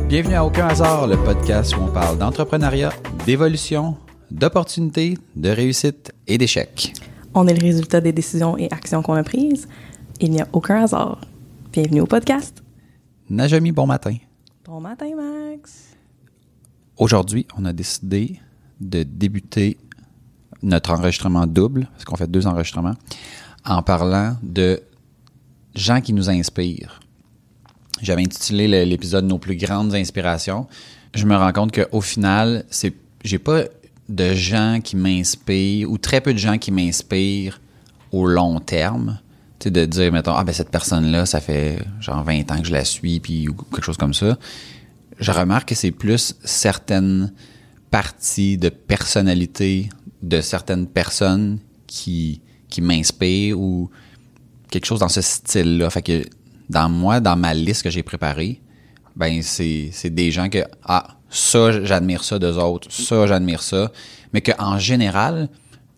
Bienvenue à Aucun hasard, le podcast où on parle d'entrepreneuriat, d'évolution, d'opportunités, de réussite et d'échecs. On est le résultat des décisions et actions qu'on a prises. Il n'y a aucun hasard. Bienvenue au podcast. Najami, bon matin. Bon matin, Max. Aujourd'hui, on a décidé de débuter notre enregistrement double, parce qu'on fait 2 enregistrements, en parlant de gens qui nous inspirent. J'avais intitulé l'épisode « Nos plus grandes inspirations ». Je me rends compte qu'au final, j'ai pas de gens qui m'inspirent, ou très peu de gens qui m'inspirent au long terme. Tu sais, de dire, mettons, cette personne-là, ça fait genre 20 ans que je la suis, puis ou quelque chose comme ça. Je remarque que c'est plus certaines parties de personnalité de certaines personnes qui m'inspirent ou quelque chose dans ce style-là. Fait que dans ma liste que j'ai préparée, ben c'est des gens que ça j'admire ça d'eux autres, ça j'admire ça, mais qu'en général,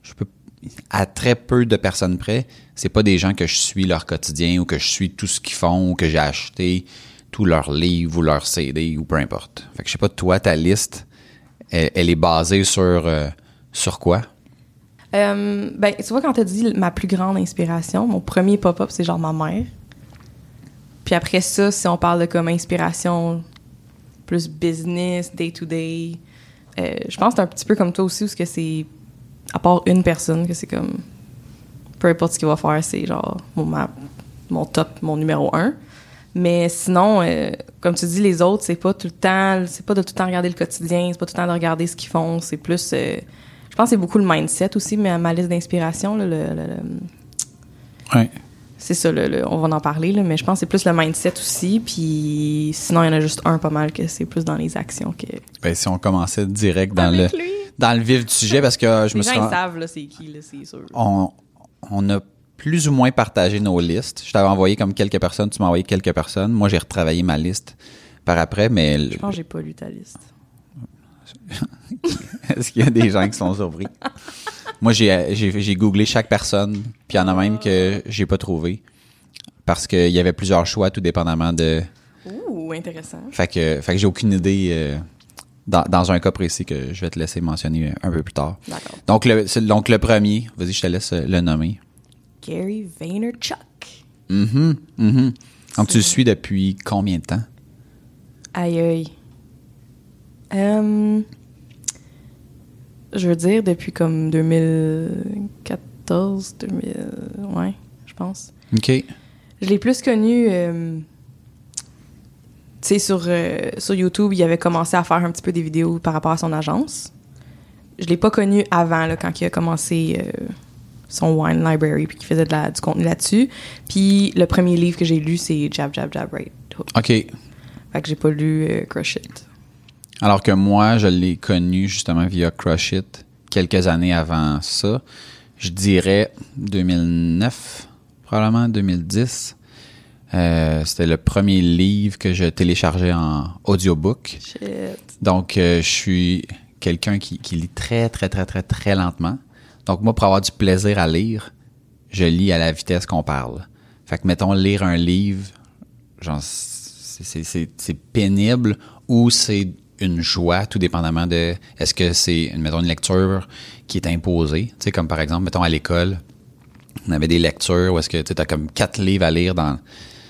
à très peu de personnes près, c'est pas des gens que je suis leur quotidien ou que je suis tout ce qu'ils font ou que j'ai acheté tous leurs livres ou leurs CD ou peu importe. Fait que je sais pas, toi, ta liste, elle est basée sur quoi? Tu vois, quand t'as dit ma plus grande inspiration, mon premier pop-up, c'est genre ma mère. Puis après ça, si on parle de comme inspiration plus business, day-to-day, je pense que c'est un petit peu comme toi aussi, où que c'est, à part une personne, que c'est comme, peu importe ce qu'il va faire, c'est genre mon top, mon numéro 1. Mais sinon, comme tu dis, les autres, c'est pas de tout le temps regarder le quotidien, c'est pas tout le temps de regarder ce qu'ils font, c'est plus, je pense que c'est beaucoup le mindset aussi, mais ma liste d'inspiration, là, Ouais. C'est ça, on va en parler, là, mais je pense que c'est plus le mindset aussi, puis sinon, il y en a juste un pas mal que c'est plus dans les actions que... Ben, si on commençait direct dans le vif du sujet, parce que je me suis... Les gens, ils savent, là, c'est qui, là, c'est sûr. On a plus ou moins partagé nos listes. Je t'avais envoyé comme quelques personnes, tu m'as envoyé quelques personnes. Moi, j'ai retravaillé ma liste par après, mais... Je pense que j'ai pas lu ta liste. Est-ce qu'il y a des gens qui sont surpris? Moi, j'ai googlé chaque personne, puis il y en a même que j'ai pas trouvé. Parce qu'il y avait plusieurs choix, tout dépendamment de... Ouh, intéressant. Fait que j'ai aucune idée dans un cas précis que je vais te laisser mentionner un peu plus tard. D'accord. Donc le premier, vas-y, je te laisse le nommer. Gary Vaynerchuk. Donc, tu le suis depuis combien de temps? Aïe. Je veux dire, depuis comme 2014, ouais, je pense. OK. Je l'ai plus connu, tu sais, sur YouTube, il avait commencé à faire un petit peu des vidéos par rapport à son agence. Je l'ai pas connu avant, là, quand il a commencé son Wine Library, puis qu'il faisait du contenu là-dessus. Puis le premier livre que j'ai lu, c'est Jab, Jab, Jab, Right Hook. OK. Fait que j'ai pas lu Crush It. Alors que moi, je l'ai connu justement via Crush It quelques années avant ça. Je dirais 2009, probablement 2010. C'était le premier livre que je téléchargeais en audiobook. Shit. Donc, je suis quelqu'un qui lit très, très, très, très, très lentement. Donc, moi, pour avoir du plaisir à lire, je lis à la vitesse qu'on parle. Fait que, mettons, lire un livre, genre, c'est pénible ou c'est une joie, tout dépendamment de est-ce que c'est, mettons, une lecture qui est imposée. Tu sais, comme par exemple, mettons, à l'école, on avait des lectures où est-ce que tu as comme 4 livres à lire dans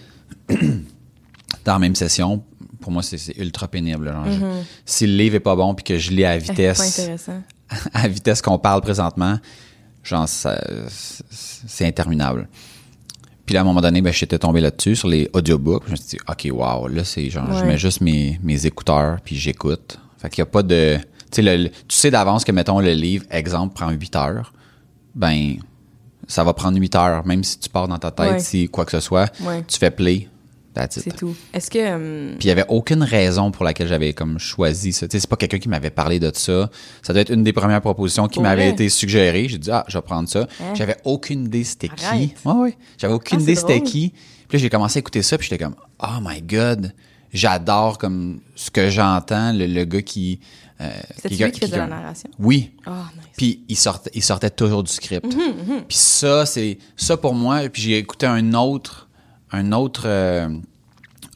la même session. Pour moi, c'est ultra pénible. Genre, si le livre est pas bon puis que je lis à vitesse, C'est pas intéressant. à vitesse qu'on parle présentement, genre, c'est interminable. Puis là, à un moment donné, j'étais tombé là-dessus, sur les audiobooks. Je me suis dit, OK, wow, là, c'est genre, je mets juste mes écouteurs, puis j'écoute. Fait qu'il n'y a pas de... Tu sais d'avance que, mettons, le livre, exemple, prend 8 heures. Ben, ça va prendre 8 heures. Même si tu pars dans ta tête, si quoi que ce soit, tu fais play. That's it. C'est tout. Est-ce que... Puis il n'y avait aucune raison pour laquelle j'avais comme choisi ça. Tu sais, c'est pas quelqu'un qui m'avait parlé de ça. Ça doit être une des premières propositions qui m'avait été suggérée. J'ai dit, je vais prendre ça. J'avais aucune idée c'était qui. Ouais. J'avais aucune idée c'était qui. Puis là, j'ai commencé à écouter ça, puis j'étais comme, oh my God, j'adore comme ce que j'entends, le gars qui... c'est lui qui faisait la narration? Oui. Oh, nice. Puis il sortait toujours du script. Puis ça, c'est... Ça, pour moi, puis j'ai écouté un autre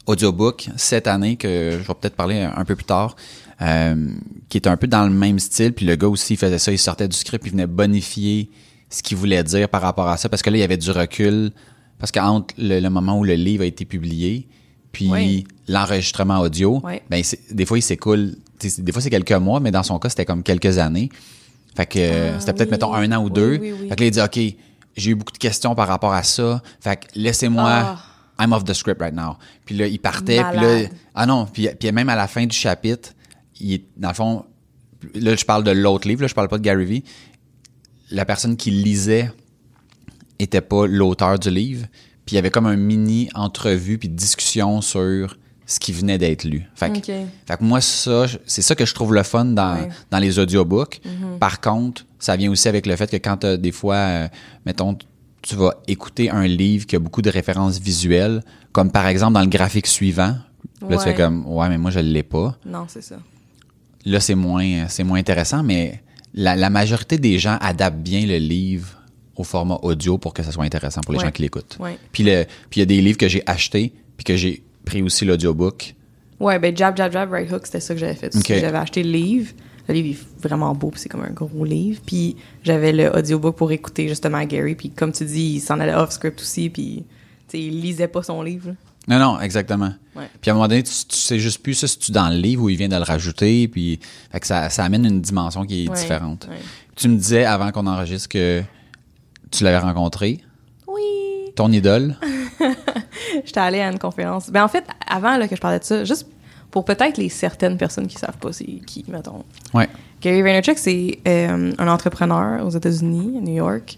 audiobook cette année que je vais peut-être parler un peu plus tard, qui est un peu dans le même style. Puis le gars aussi, il faisait ça, il sortait du script, il venait bonifier ce qu'il voulait dire par rapport à ça, parce que là, il y avait du recul, parce qu'entre le moment où le livre a été publié, puis l'enregistrement audio, ben des fois, il s'écoule, des fois, c'est quelques mois, mais dans son cas, c'était comme quelques années. Fait que c'était peut-être, mettons, 1 an ou 2. Fait que là, il dit, OK, j'ai eu beaucoup de questions par rapport à ça. Fait que laissez-moi, I'm off the script right now. Puis là, il partait. Puis là, puis même à la fin du chapitre, dans le fond, là, je parle de l'autre livre, là, je parle pas de Gary Vee. La personne qui lisait était pas l'auteur du livre. Puis il y avait comme un mini entrevue puis discussion sur ce qui venait d'être lu. Fait que moi, c'est ça que je trouve le fun dans les audiobooks. Par contre, ça vient aussi avec le fait que quand des fois, mettons, tu vas écouter un livre qui a beaucoup de références visuelles, comme par exemple dans le graphique suivant, là, tu fais comme, ouais, mais moi, je l'ai pas. Non, c'est ça. Là, c'est moins intéressant, mais la majorité des gens adaptent bien le livre au format audio pour que ça soit intéressant pour les gens qui l'écoutent. Puis il y a des livres que j'ai achetés puis que j'ai pris aussi l'audiobook. Ouais, ben Jab, Jab, Jab, Right Hook, c'était ça que j'avais fait. J'avais acheté le livre. Le livre est vraiment beau, puis c'est comme un gros livre. Puis j'avais le audiobook pour écouter justement Gary. Puis comme tu dis, il s'en allait off-script aussi, puis il lisait pas son livre. Non, exactement. Puis à un moment donné, tu sais juste plus ça, c'est-tu dans le livre où il vient de le rajouter, puis fait que ça amène une dimension qui est différente. Tu me disais avant qu'on enregistre que tu l'avais rencontré. Oui. Ton idole. J'étais allée à une conférence. Ben en fait, avant là, que je parlais de ça, juste pour peut-être les certaines personnes qui savent pas c'est qui, mettons. Gary Vaynerchuk, c'est un entrepreneur aux États-Unis, à New York,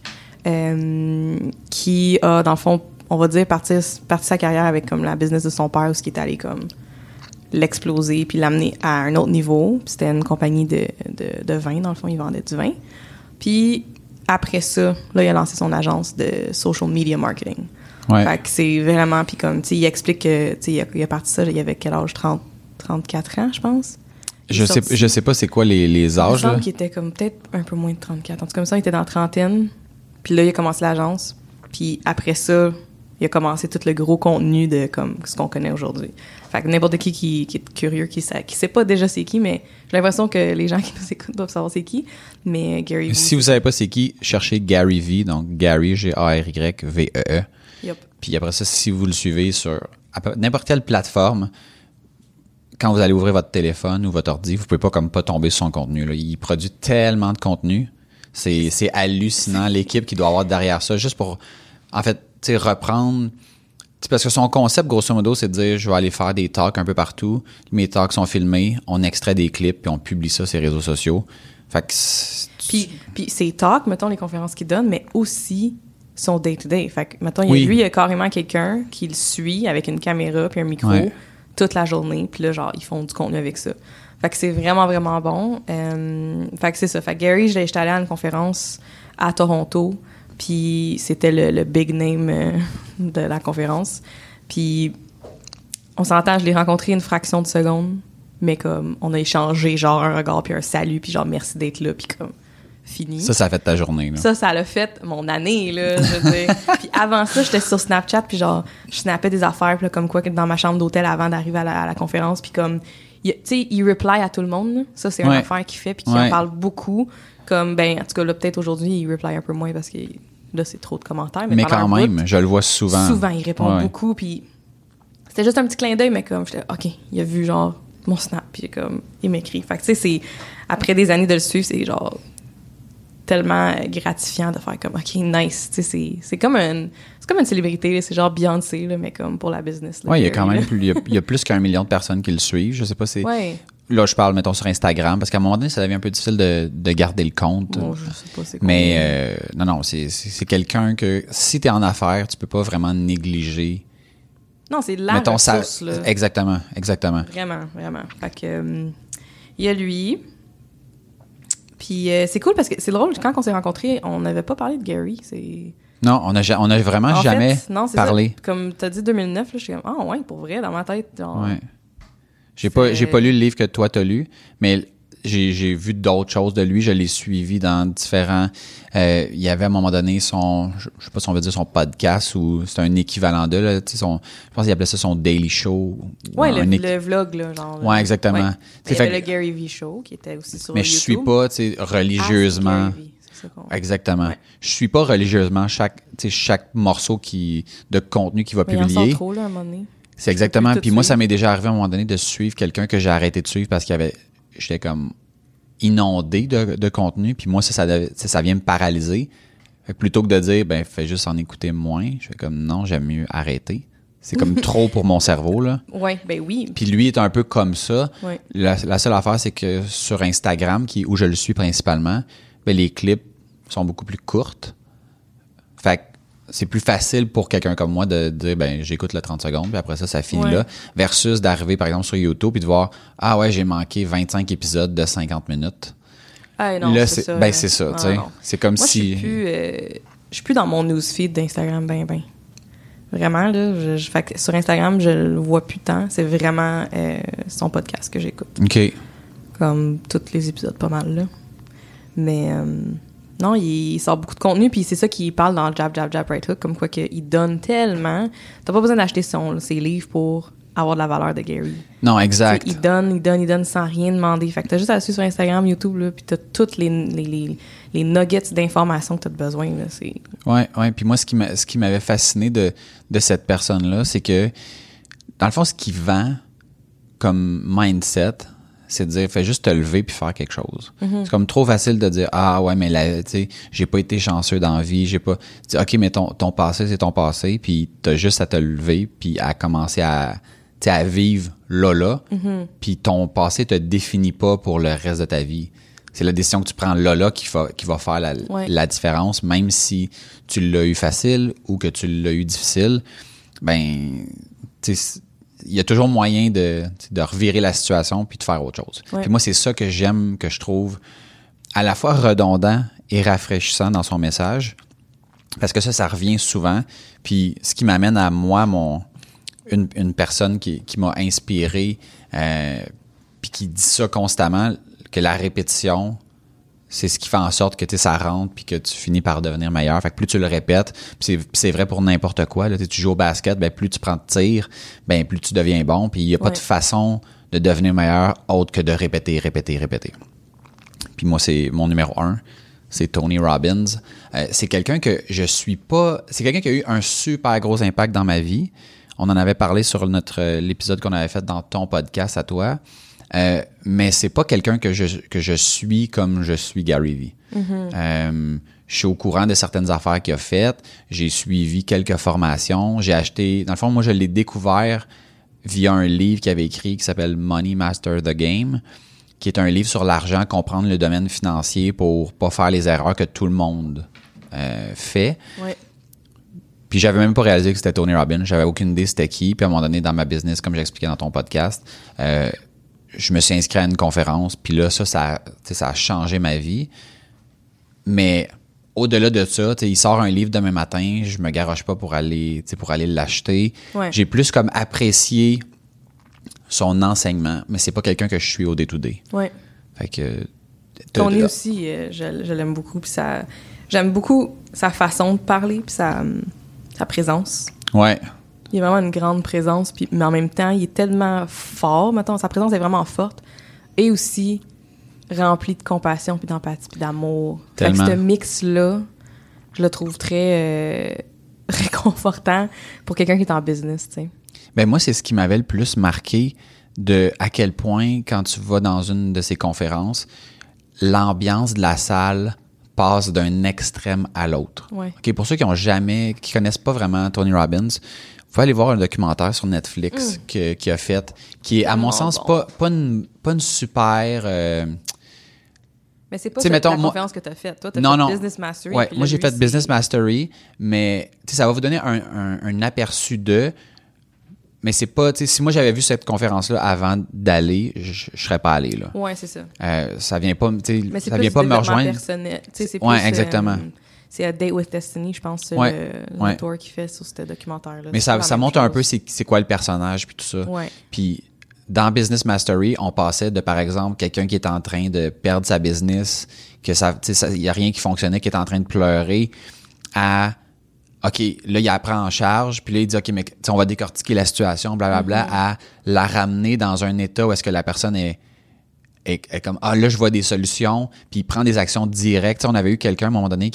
qui a, dans le fond, on va dire, parti sa carrière avec comme la business de son père, où ce qui est allé comme l'exploser puis l'amener à un autre niveau. Puis c'était une compagnie de vin, dans le fond, il vendait du vin. Puis après ça, là, il a lancé son agence de social media marketing. Fait que c'est vraiment, puis comme, tu sais, il explique que, tu sais, il a parti ça, il avait quel âge? 34 ans, je pense. Je sais pas c'est quoi les âges, là. Il me semble qu'il était comme peut-être un peu moins de 34. En tout cas, comme ça, il était dans la trentaine. Puis là, il a commencé l'agence. Puis après ça, il a commencé tout le gros contenu de comme ce qu'on connaît aujourd'hui. Fait que n'importe qui est curieux, qui sait pas déjà c'est qui, mais j'ai l'impression que les gens qui nous écoutent doivent savoir c'est qui. Mais Gary Vee. Si vous savez pas c'est qui, cherchez Gary Vee, donc Gary, G-A-R-Y-V-E-E. Puis après ça, si vous le suivez sur n'importe quelle plateforme, quand vous allez ouvrir votre téléphone ou votre ordi, vous pouvez pas comme pas tomber sur son contenu, là. Il produit tellement de contenu. C'est hallucinant, l'équipe qui doit avoir derrière ça, juste pour, en fait, tu sais, reprendre. T'sais, parce que son concept, grosso modo, c'est de dire, je vais aller faire des talks un peu partout. Mes talks sont filmés, on extrait des clips, puis on publie ça sur les réseaux sociaux. Fait que puis ces talks, mettons, les conférences qu'il donne, mais aussi son day-to-day. Fait que, mettons, lui, il y a carrément quelqu'un qui le suit avec une caméra puis un micro toute la journée. Puis là, genre, ils font du contenu avec ça. Fait que c'est vraiment, vraiment bon. Fait que c'est ça. Fait que Gary, j'étais allée à une conférence à Toronto. Puis c'était le big name de la conférence. Puis on s'entend, je l'ai rencontré une fraction de seconde. Mais comme, on a échangé genre un regard puis un salut. Puis genre, merci d'être là. Puis comme, fini. Ça a fait ta journée, là. Ça l'a fait mon année, là, je veux dire. Puis avant ça, j'étais sur Snapchat, puis genre, je snappais des affaires, puis là, comme quoi, dans ma chambre d'hôtel avant d'arriver à la conférence, puis comme, tu sais, il reply à tout le monde, là. Ça, c'est une affaire qu'il fait, puis qu'il en parle beaucoup. Comme, ben, en tout cas, là, peut-être aujourd'hui, il reply un peu moins, parce que là, c'est trop de commentaires. Mais quand même, je le vois souvent. Souvent, il répond beaucoup, puis c'était juste un petit clin d'œil, mais comme, j'étais, OK, il a vu, genre, mon snap, puis comme, il m'écrit. Fait que, tu sais, c'est, après des années de le suivre, c'est genre tellement gratifiant de faire comme OK, nice, tu sais, c'est comme une célébrité là, c'est genre Beyoncé là, mais comme pour la business là. Ouais, il y a quand même il y a plus qu'1 million de personnes qui le suivent, je sais pas c'est là je parle mettons sur Instagram parce qu'à un moment donné ça devient un peu difficile de garder le compte. Bon, je sais pas c'est quoi. Mais non, c'est quelqu'un que si tu es en affaires, tu peux pas vraiment négliger. Non, c'est la ressource, là. Exactement. Vraiment. Fait que il y a lui. Puis c'est cool parce que c'est drôle, quand on s'est rencontrés, on n'avait pas parlé de Gary. Non, on a vraiment jamais parlé. Ça. Comme tu as dit 2009, là, je suis comme, ouais, pour vrai, dans ma tête. Genre, ouais. J'ai pas lu le livre que toi t'as lu, mais j'ai vu d'autres choses de lui. Je l'ai suivi dans différents... il y avait à un moment donné je sais pas si on veut dire son podcast ou c'est un équivalent de, là, je pense qu'il appelait ça son Daily Show. Ouais, le vlog, là, genre. Ouais, exactement. Ouais. Il y avait le Gary V Show qui était aussi sur mais YouTube. Je suis pas, religieusement... Exactement. Ouais. Je suis pas religieusement chaque morceau de contenu qu'il va publier. Il en sort trop, là, à un moment donné. C'est exactement. Puis moi, ça m'est déjà arrivé à un moment donné de suivre quelqu'un que j'ai arrêté de suivre parce j'étais comme inondé de contenu. Puis moi, ça vient me paralyser. Fait que plutôt que de dire, fais juste en écouter moins, je fais comme non, j'aime mieux arrêter. C'est comme trop pour mon cerveau, là. Ouais, oui. Puis lui est un peu comme ça. Ouais. La seule affaire, c'est que sur Instagram, où je le suis principalement, les clips sont beaucoup plus courtes. Fait que c'est plus facile pour quelqu'un comme moi de dire j'écoute le 30 secondes puis après ça finit là, versus d'arriver par exemple sur YouTube et de voir j'ai manqué 25 épisodes de 50 minutes. Ah non, là c'est ça. C'est ça, tu sais. C'est comme moi, si je suis plus dans mon newsfeed d'Instagram Vraiment là, fait que sur Instagram, je le vois plus tant, c'est vraiment son podcast que j'écoute. OK. Comme tous les épisodes pas mal là. Mais non, il sort beaucoup de contenu, puis c'est ça qu'il parle dans Jab, Jab, Jab, Right Hook, comme quoi qu'il donne tellement. T'as pas besoin d'acheter ses livres pour avoir de la valeur de Gary. Non, exact. T'sais, il donne sans rien demander. Fait que t'as juste à suivre sur Instagram, YouTube, là, puis t'as toutes les nuggets d'informations que t'as besoin. Là, Ouais. Puis moi, ce qui m'avait fasciné de cette personne-là, c'est que, dans le fond, ce qu'il vend comme mindset, c'est de dire, fais juste te lever puis faire quelque chose. Mm-hmm. C'est comme trop facile de dire, mais tu sais, j'ai pas été chanceux dans la vie, j'ai pas... Tu dis, OK, mais ton passé, c'est ton passé, puis t'as juste à te lever puis à commencer à vivre là, mm-hmm. puis ton passé te définit pas pour le reste de ta vie. C'est la décision que tu prends là qui va faire la différence, même si tu l'as eu facile ou que tu l'as eu difficile, tu sais, il y a toujours moyen de revirer la situation puis de faire autre chose. Ouais. Puis moi, c'est ça que j'aime, que je trouve à la fois redondant et rafraîchissant dans son message, parce que ça revient souvent. Puis ce qui m'amène à moi, une personne qui m'a inspiré, puis qui dit ça constamment, que la répétition, c'est ce qui fait en sorte que ça rentre puis que tu finis par devenir meilleur. Fait que plus tu le répètes, puis c'est vrai pour n'importe quoi. Là, tu joues au basket, plus tu prends de tirs, plus tu deviens bon. Puis il n'y a pas de façon de devenir meilleur autre que de répéter. Puis moi, c'est mon numéro 1, c'est Tony Robbins. C'est quelqu'un que je suis pas... C'est quelqu'un qui a eu un super gros impact dans ma vie. On en avait parlé sur l'épisode qu'on avait fait dans ton podcast à toi. Mais c'est pas quelqu'un que je suis comme je suis Gary V. Mm-hmm. Je suis au courant de certaines affaires qu'il a faites. J'ai suivi quelques formations. J'ai acheté... Dans le fond, moi, je l'ai découvert via un livre qu'il avait écrit qui s'appelle Money Master the Game, qui est un livre sur l'argent, comprendre le domaine financier pour pas faire les erreurs que tout le monde fait. Ouais. Puis j'avais même pas réalisé que c'était Tony Robbins. J'avais aucune idée c'était qui. Puis à un moment donné, dans ma business, comme j'expliquais dans ton podcast, je me suis inscrit à une conférence. Puis là, ça a changé ma vie. Mais au-delà de ça, il sort un livre demain matin. Je me garoche pas pour aller l'acheter. Ouais. J'ai plus comme apprécié son enseignement. Mais c'est pas quelqu'un que je suis au day-to-day. Ouais. Fait que... Tony aussi, je l'aime beaucoup. Puis j'aime beaucoup sa façon de parler puis sa présence. Ouais. Il a vraiment une grande présence, mais en même temps, il est tellement fort. Mettons, sa présence est vraiment forte. Et aussi rempli de compassion, puis d'empathie, puis d'amour. Tellement. Fait que ce mix-là, je le trouve très réconfortant pour quelqu'un qui est en business, tu sais. Ben moi, c'est ce qui m'avait le plus marqué de à quel point, quand tu vas dans une de ces conférences, l'ambiance de la salle passe d'un extrême à l'autre. Ouais. Okay, pour ceux qui connaissent pas vraiment Tony Robbins, vous pouvez aller voir un documentaire sur Netflix qu'il a fait, qui est, à mon sens, pas une super... Mais c'est pas la conférence que tu as faite. Toi, tu as fait Business Mastery. Ouais, moi, j'ai fait Business Mastery, mais ça va vous donner un aperçu de... Mais c'est pas... Si moi, j'avais vu cette conférence-là avant d'aller, je serais pas allé, là. Ouais, c'est ça. Ça vient pas... Mais c'est ça vient pas me rejoindre. Personnel. C'est ouais, plus, exactement. C'est A Date with Destiny, je pense, le tour qu'il fait sur ce documentaire-là. Mais ça montre un peu c'est quoi le personnage, puis tout ça. Ouais. Puis dans Business Mastery, on passait de, par exemple, quelqu'un qui est en train de perdre sa business, que il y a rien qui fonctionnait, qui est en train de pleurer, à OK, là, il la prend en charge, puis là, il dit OK, mais on va décortiquer la situation, blablabla, à la ramener dans un état où est-ce que la personne est comme ah là, je vois des solutions, puis il prend des actions directes. T'sais, on avait eu quelqu'un à un moment donné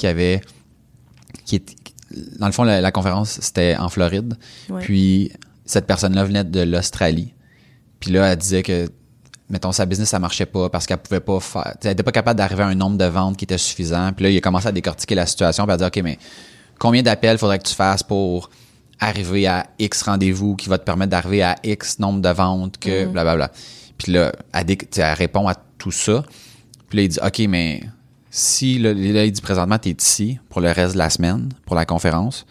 dans le fond, la conférence, c'était en Floride, puis cette personne-là venait de l'Australie. Puis là, elle disait que, mettons, sa business, ça marchait pas parce qu'elle pouvait pas faire... Elle était pas capable d'arriver à un nombre de ventes qui était suffisant. Puis là, il a commencé à décortiquer la situation, puis à dire, OK, mais combien d'appels faudrait que tu fasses pour arriver à X rendez-vous qui va te permettre d'arriver à X nombre de ventes que blablabla. Puis là, elle répond à tout ça. Puis là, il dit, OK, mais si, là, il dit présentement, t'es ici pour le reste de la semaine, pour la conférence,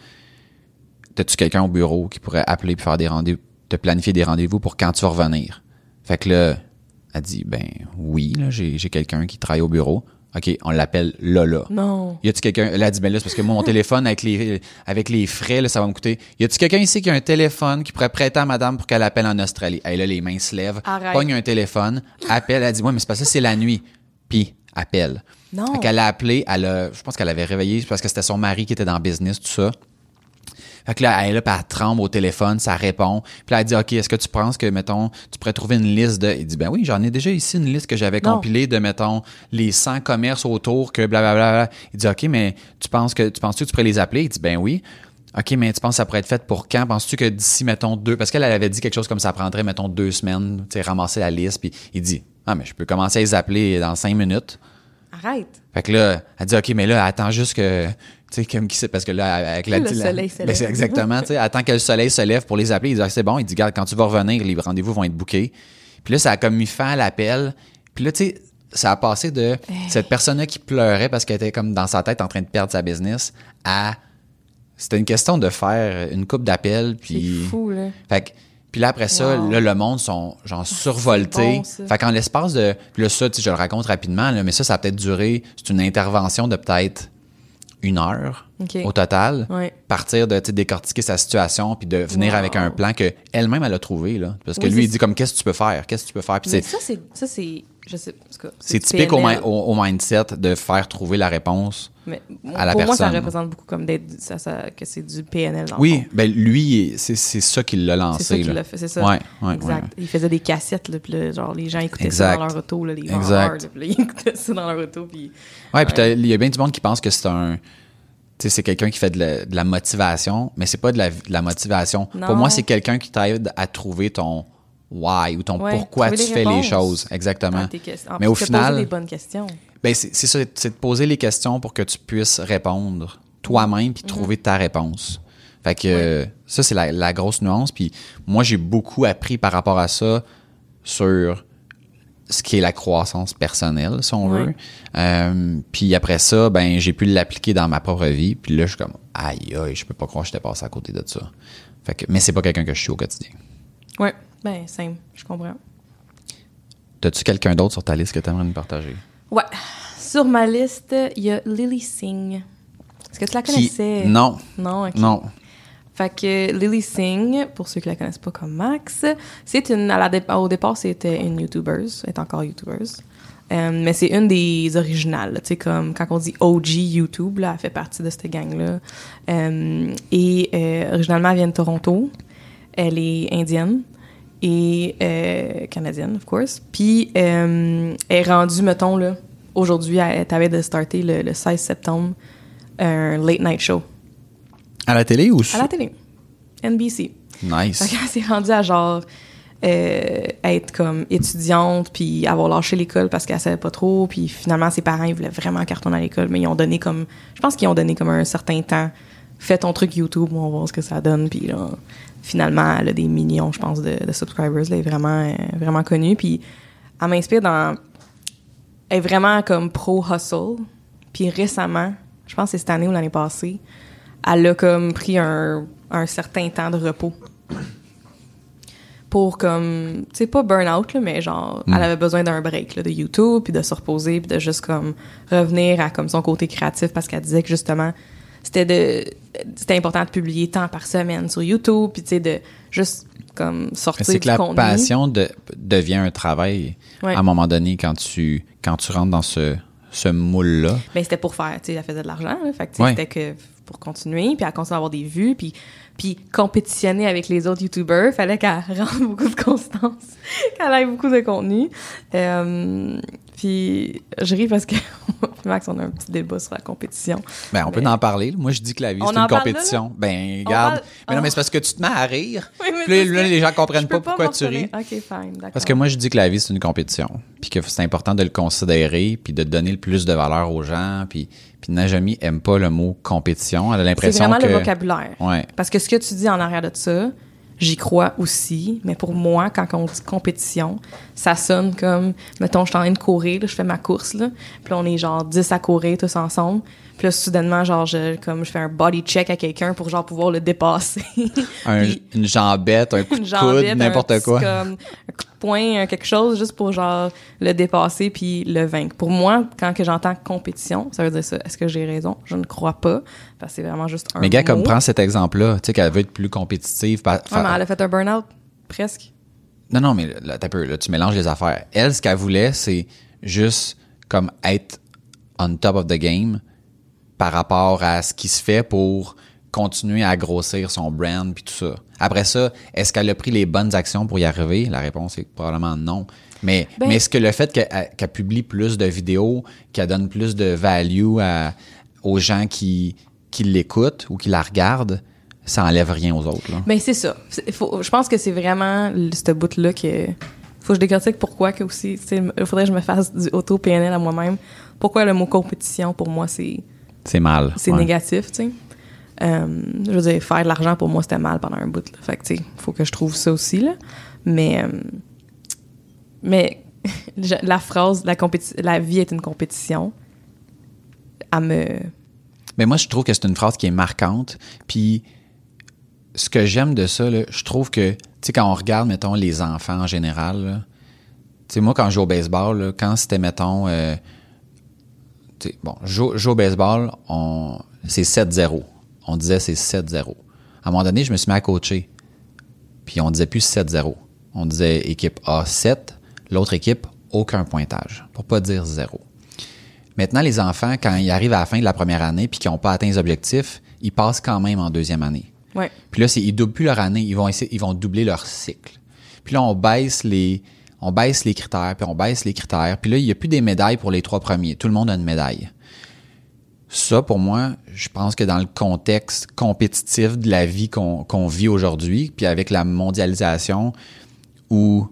t'as-tu quelqu'un au bureau qui pourrait appeler puis faire des rendez-vous, te planifier des rendez-vous pour quand tu vas revenir? Fait que là, elle dit, ben oui, là, j'ai quelqu'un qui travaille au bureau. OK, on l'appelle Lola. Non. Y a-tu quelqu'un... Là, elle dit, ben là, c'est parce que moi, mon téléphone, avec les frais, là, ça va me coûter. Y a-tu quelqu'un ici qui a un téléphone qui pourrait prêter à madame pour qu'elle appelle en Australie? Et là, les mains se lèvent, pogne un téléphone, appelle, elle dit, ouais, mais c'est parce que c'est la nuit. Puis, appelle. Non. Fait qu'elle a appelé, je pense qu'elle avait réveillé parce que c'était son mari qui était dans le business, tout ça. Fait que là, elle est là, puis elle tremble au téléphone, ça répond. Puis là, elle dit, OK, est-ce que tu penses que, mettons, tu pourrais trouver une liste de... Il dit, ben oui, j'en ai déjà ici une liste que j'avais compilée de, mettons, les 100 commerces autour que blablabla. Il dit, OK, mais penses-tu que tu pourrais les appeler? Il dit, ben oui. OK, mais tu penses que ça pourrait être fait pour quand? Penses-tu que d'ici, mettons, parce qu'elle avait dit quelque chose comme ça prendrait, mettons, 2 semaines, tu sais, ramasser la liste. Puis il dit, ah, mais je peux commencer à les appeler dans 5 minutes. Arrête. Fait que là, elle dit, OK, mais là, attends juste que... Tu sais, comme qui sait, parce que là, avec le soleil se lève. Ben c'est exactement, tu sais, attends que le soleil se lève pour les appeler. Il dit, ah, c'est bon. Il dit, regarde, quand tu vas revenir, les rendez-vous vont être bookés. Puis là, ça a comme mis fin à l'appel. Puis là, tu sais, ça a passé de cette personne-là qui pleurait parce qu'elle était comme dans sa tête en train de perdre sa business à... C'était une question de faire une coupe d'appels. Puis... C'est fou, là. Fait que... Puis là, après ça, là, le monde sont genre survoltés. Bon, fait qu'en l'espace de... Puis là, ça, tu sais, je le raconte rapidement, là, mais ça a peut-être duré... C'est une intervention de peut-être 1 heure au total. Partir de décortiquer sa situation puis de venir avec un plan que elle-même elle a trouvé, là. Parce que lui, il dit comme, qu'est-ce que tu peux faire? Qu'est-ce que tu peux faire? Puis mais ça, c'est... Je sais, c'est typique au mindset de faire trouver la réponse à la personne. Pour moi, ça représente beaucoup comme que c'est du PNL dans le fond. Ben lui, c'est ça qui l'a lancé. C'est ça qu'il l'a fait, c'est ça. Ouais, exact. Ouais. Il faisait des cassettes, là, puis là, genre les gens écoutaient ça dans leur auto, là, les gens hard, puis là, ils écoutaient ça dans leur auto. Puis il y a bien du monde qui pense que c'est c'est quelqu'un qui fait de la motivation, mais c'est pas de la motivation. Non. Pour moi, c'est quelqu'un qui t'aide à trouver ton why ou ton pourquoi tu fais les choses. Exactement. Mais au final, poser des bonnes questions. Ben c'est ça, c'est de poser les questions pour que tu puisses répondre toi-même puis trouver ta réponse. Fait que ça, c'est la grosse nuance. Puis moi, j'ai beaucoup appris par rapport à ça sur ce qui est la croissance personnelle, si on veut. Puis après ça, ben j'ai pu l'appliquer dans ma propre vie. Puis là, je suis comme, aïe, je peux pas croire que j'étais passé à côté de ça. Fait que, mais c'est pas quelqu'un que je suis au quotidien. Ouais, ben simple, je comprends. T'as-tu quelqu'un d'autre sur ta liste que tu aimerais nous partager? Ouais. Sur ma liste, il y a Lilly Singh. Est-ce que tu la connaissais? Non. Non, OK. Non. Fait que Lilly Singh, pour ceux qui la connaissent pas comme Max, c'est au départ, c'était une YouTuber. Elle est encore YouTuber. Mais c'est une des originales. Tu sais, comme quand on dit OG YouTube, là, elle fait partie de cette gang-là. Originalement, elle vient de Toronto. Elle est indienne et canadienne, of course. Puis, elle est rendue, mettons, là, aujourd'hui, elle t'avait de starter le 16 septembre un late night show. À la télé ou à la télé. NBC. Nice. Fait qu'elle s'est rendue à genre être comme étudiante puis avoir lâché l'école parce qu'elle savait pas trop, puis finalement ses parents ils voulaient vraiment qu'elle retourne à l'école, mais ils ont donné comme, je pense qu'ils ont donné comme un certain temps, fais ton truc YouTube, on va voir ce que ça donne, puis là finalement elle a des millions, je pense, de subscribers, là, elle est vraiment vraiment connue, puis elle m'inspire elle est vraiment comme pro hustle, puis récemment, je pense que c'est cette année ou l'année passée, elle a comme pris un certain temps de repos pour comme, tu sais, pas burn-out, là, mais genre, elle avait besoin d'un break là, de YouTube, puis de se reposer, puis de juste comme revenir à comme son côté créatif, parce qu'elle disait que justement, c'était important de publier tant par semaine sur YouTube, puis tu sais, de juste comme sortir du contenu. C'est que la passion devient un travail à un moment donné quand tu rentres dans ce moule-là. Ben c'était pour faire, tu sais, elle faisait de l'argent, là, fait que tu sais, c'était que pour continuer, puis elle continue à avoir des vues, puis compétitionner avec les autres YouTubers, fallait qu'elle rende beaucoup de constance, qu'elle ait beaucoup de contenu. Puis je ris parce que Max, on a un petit débat sur la compétition. Ben, on peut en parler. Moi, je dis que la vie, c'est une compétition. Là? Ben, regarde. Mais non, mais c'est parce que tu te mets à rire. Oui, puis là, les gens comprennent pas pourquoi tu ris. OK, fine, d'accord. Parce que moi, je dis que la vie, c'est une compétition. Puis que c'est important de le considérer, puis de donner le plus de valeur aux gens. Puis Najami aime pas le mot compétition. Elle a l'impression que... C'est vraiment le vocabulaire. Ouais. Parce que ce que tu dis en arrière de ça, j'y crois aussi, mais pour moi, quand on dit compétition, ça sonne comme, mettons, je suis en train de courir, là, je fais ma course, là, puis là, on est genre 10 à courir tous ensemble, puis là, soudainement, genre, je fais un body check à quelqu'un pour, genre, pouvoir le dépasser. Une jambette, un coup de coude, n'importe quoi. Comme, un coup de poing, quelque chose, juste pour, genre, le dépasser puis le vaincre. Pour moi, quand que j'entends compétition, ça veut dire ça. Est-ce que j'ai raison? Je ne crois pas, parce que c'est vraiment juste un mot. Mais gars, comme prends cet exemple-là, tu sais, qu'elle veut être plus compétitive. Ouais, mais elle a fait un burn-out, presque. Non, mais là, tu mélanges les affaires. Elle, ce qu'elle voulait, c'est juste comme être on top of the game par rapport à ce qui se fait pour continuer à grossir son brand puis tout ça. Après ça, est-ce qu'elle a pris les bonnes actions pour y arriver? La réponse est probablement non. Mais est-ce que le fait qu'elle publie plus de vidéos, qu'elle donne plus de value aux gens qui l'écoutent ou qui la regardent, ça enlève rien aux autres, là? Ben c'est ça. Je pense que c'est vraiment ce bout-là que... Faut que je décortique pourquoi que aussi... Il faudrait que je me fasse du auto-PNL à moi-même. Pourquoi le mot compétition, pour moi, c'est mal. C'est négatif, tu sais. Je veux dire, faire de l'argent, pour moi, c'était mal pendant un bout, là. Fait que, tu sais, faut que je trouve ça aussi, là. Mais la phrase « la vie est une compétition », Mais moi, je trouve que c'est une phrase qui est marquante. Puis, ce que j'aime de ça, là, je trouve que, tu sais, quand on regarde, mettons, les enfants en général, tu sais, moi, quand je joue au baseball, là, quand c'était, mettons, jouer au baseball, c'est 7-0. On disait c'est 7-0. À un moment donné, je me suis mis à coacher. Puis on disait plus 7-0. On disait équipe A 7, l'autre équipe aucun pointage, pour pas dire 0. Maintenant, les enfants, quand ils arrivent à la fin de la première année puis qu'ils n'ont pas atteint les objectifs, ils passent quand même en deuxième année. Ouais. Puis là, ils doublent plus leur année, ils vont doubler leur cycle. Puis là, on baisse les critères, puis on baisse les critères. Puis là, il n'y a plus des médailles pour les 3 premiers. Tout le monde a une médaille. Ça, pour moi, je pense que dans le contexte compétitif de la vie qu'on vit aujourd'hui, puis avec la mondialisation, où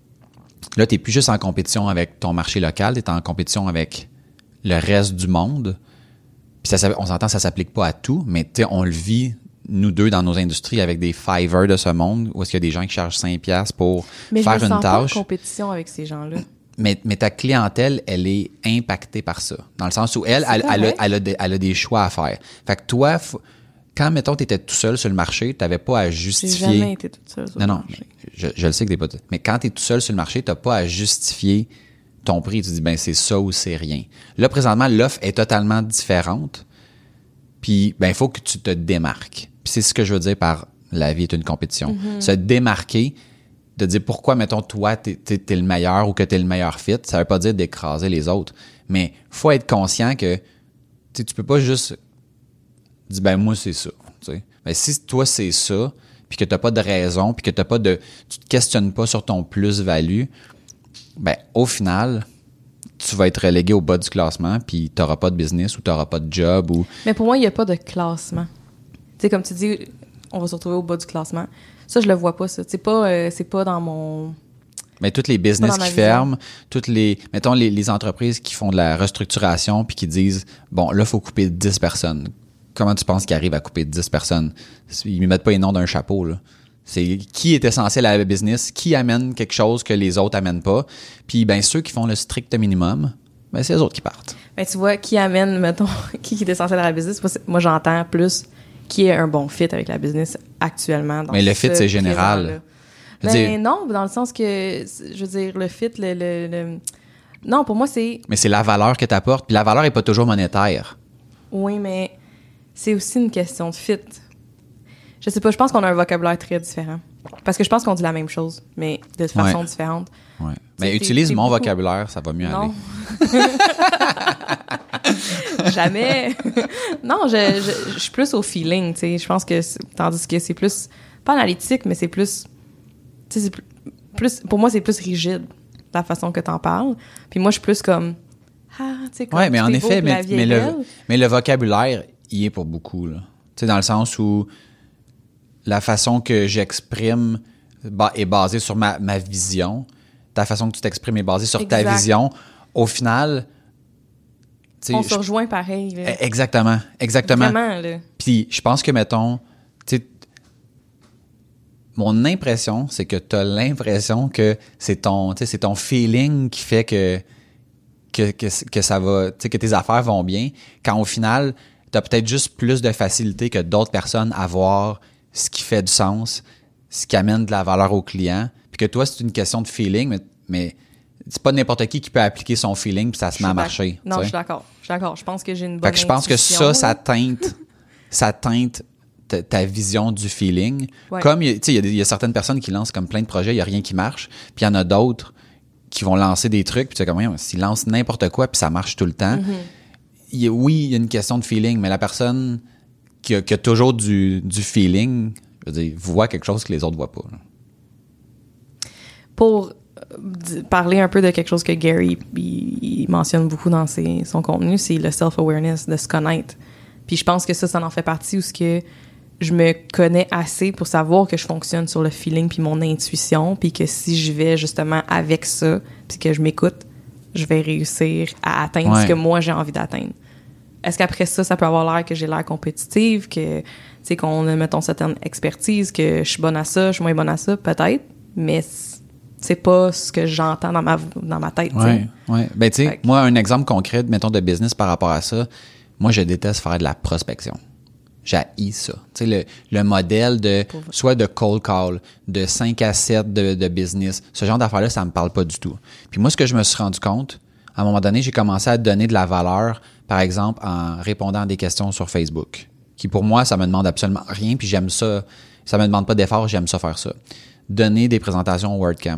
là, tu n'es plus juste en compétition avec ton marché local, tu es en compétition avec le reste du monde. Puis on s'entend, ça s'applique pas à tout, mais on le vit, nous deux, dans nos industries, avec des Fiverr de ce monde, où est-ce qu'il y a des gens qui chargent 5$ pour faire une tâche. Mais je me sens pas en compétition avec ces gens-là. Mais ta clientèle, elle est impactée par ça. Dans le sens où elle a des choix à faire. Fait que toi, quand, mettons, t'étais tout seul sur le marché, t'avais pas à justifier... J'ai jamais été toute seule sur le marché. Je le sais que t'es pas... Mais quand t'es tout seul sur le marché, t'as pas à justifier ton prix. Tu dis, ben c'est ça ou c'est rien. Là, présentement, l'offre est totalement différente. Puis, ben il faut que tu te démarques. Puis c'est ce que je veux dire par la vie est une compétition. Mm-hmm. Se démarquer, de dire pourquoi, mettons, toi, t'es le meilleur ou que t'es le meilleur fit, ça veut pas dire d'écraser les autres. Mais faut être conscient que tu peux pas juste dire, ben moi, c'est ça. T'sais. Ben, si toi, c'est ça, puis que t'as pas de raison, puis que tu te questionnes pas sur ton plus-value, ben au final, tu vas être relégué au bas du classement, puis t'auras pas de business ou t'auras pas de job. Mais pour moi, il y a pas de classement. Tu sais, comme tu dis, on va se retrouver au bas du classement. Ça, je le vois pas, ça. C'est pas dans mon... Mais toutes les business qui ferment, mettons, les entreprises qui font de la restructuration puis qui disent, bon, là, il faut couper 10 personnes. Comment tu penses qu'ils arrivent à couper 10 personnes? Ils ne mettent pas les noms d'un chapeau, là. C'est qui est essentiel à la business, qui amène quelque chose que les autres amènent pas. Puis, ben, ceux qui font le strict minimum, ben, c'est les autres qui partent. Ben, tu vois, qui amène, mettons, qui est essentiel à la business? Moi, j'entends plus qui est un bon fit avec la business actuellement. Mais le fit, c'est général. Ben non, dans le sens que, je veux dire, le fit, non, pour moi, c'est... Mais c'est la valeur que tu apportes. Puis la valeur n'est pas toujours monétaire. Oui, mais c'est aussi une question de fit. Je sais pas, je pense qu'on a un vocabulaire très différent. Parce que je pense qu'on dit la même chose, mais de façon différente. Ouais. Mais utilise mon vocabulaire, ça va mieux aller. Jamais. Non, je suis plus au feeling, tu sais. Je pense que, tandis que c'est plus, pas analytique, mais c'est plus, tu sais, plus, pour moi, c'est plus rigide, la façon que t'en parles. Puis moi, je suis plus comme, tu sais, comme. Ouais, mais en effet, mais le vocabulaire, il est pour beaucoup, là. Tu sais, dans le sens où la façon que j'exprime est basée sur ma vision. Ta façon que tu t'exprimes est basée sur ta vision. Au final, on se rejoint pareil. Là. Exactement. Vraiment, là. Puis je pense que, mettons, tu sais, mon impression, c'est que tu as l'impression que c'est ton feeling qui fait que ça va, tu sais, que tes affaires vont bien, quand au final, tu as peut-être juste plus de facilité que d'autres personnes à voir ce qui fait du sens, ce qui amène de la valeur au client, puis que toi, c'est une question de feeling, mais c'est pas n'importe qui peut appliquer son feeling puis ça se met à marcher. Non, je suis d'accord. Je pense que j'ai une bonne intuition. Je pense que ça teinte ta vision du feeling. Ouais. Comme, il y a certaines personnes qui lancent comme plein de projets, il y a rien qui marche, puis il y en a d'autres qui vont lancer des trucs, puis tu sais comme, s'ils lancent n'importe quoi, puis ça marche tout le temps. Il y a une question de feeling, mais la personne qui a toujours du feeling, je veux dire, voit quelque chose que les autres voient pas. Là. Pour parler un peu de quelque chose que Gary il mentionne beaucoup dans son contenu, c'est le self-awareness, de se connaître. Puis je pense que ça en fait partie où ce que je me connais assez pour savoir que je fonctionne sur le feeling puis mon intuition, puis que si je vais justement avec ça, puis que je m'écoute, je vais réussir à atteindre ce que moi j'ai envie d'atteindre. Est-ce qu'après ça peut avoir l'air que j'ai l'air compétitive, que, tu sais, qu'on a, mettons, certaine expertise, que je suis bonne à ça, je suis moins bonne à ça, peut-être, mais c'est pas ce que j'entends dans ma tête. Oui. Ben, tu sais, moi, un exemple concret, mettons, de business par rapport à ça, moi, je déteste faire de la prospection. J'haïs ça. Tu sais, le modèle soit de cold call, de 5 à 7 de business, ce genre d'affaires-là, ça me parle pas du tout. Puis moi, ce que je me suis rendu compte, à un moment donné, j'ai commencé à donner de la valeur, par exemple, en répondant à des questions sur Facebook, qui pour moi, ça me demande absolument rien, puis j'aime ça. Ça me demande pas d'effort, j'aime ça faire ça. Donner des présentations au WordCamp.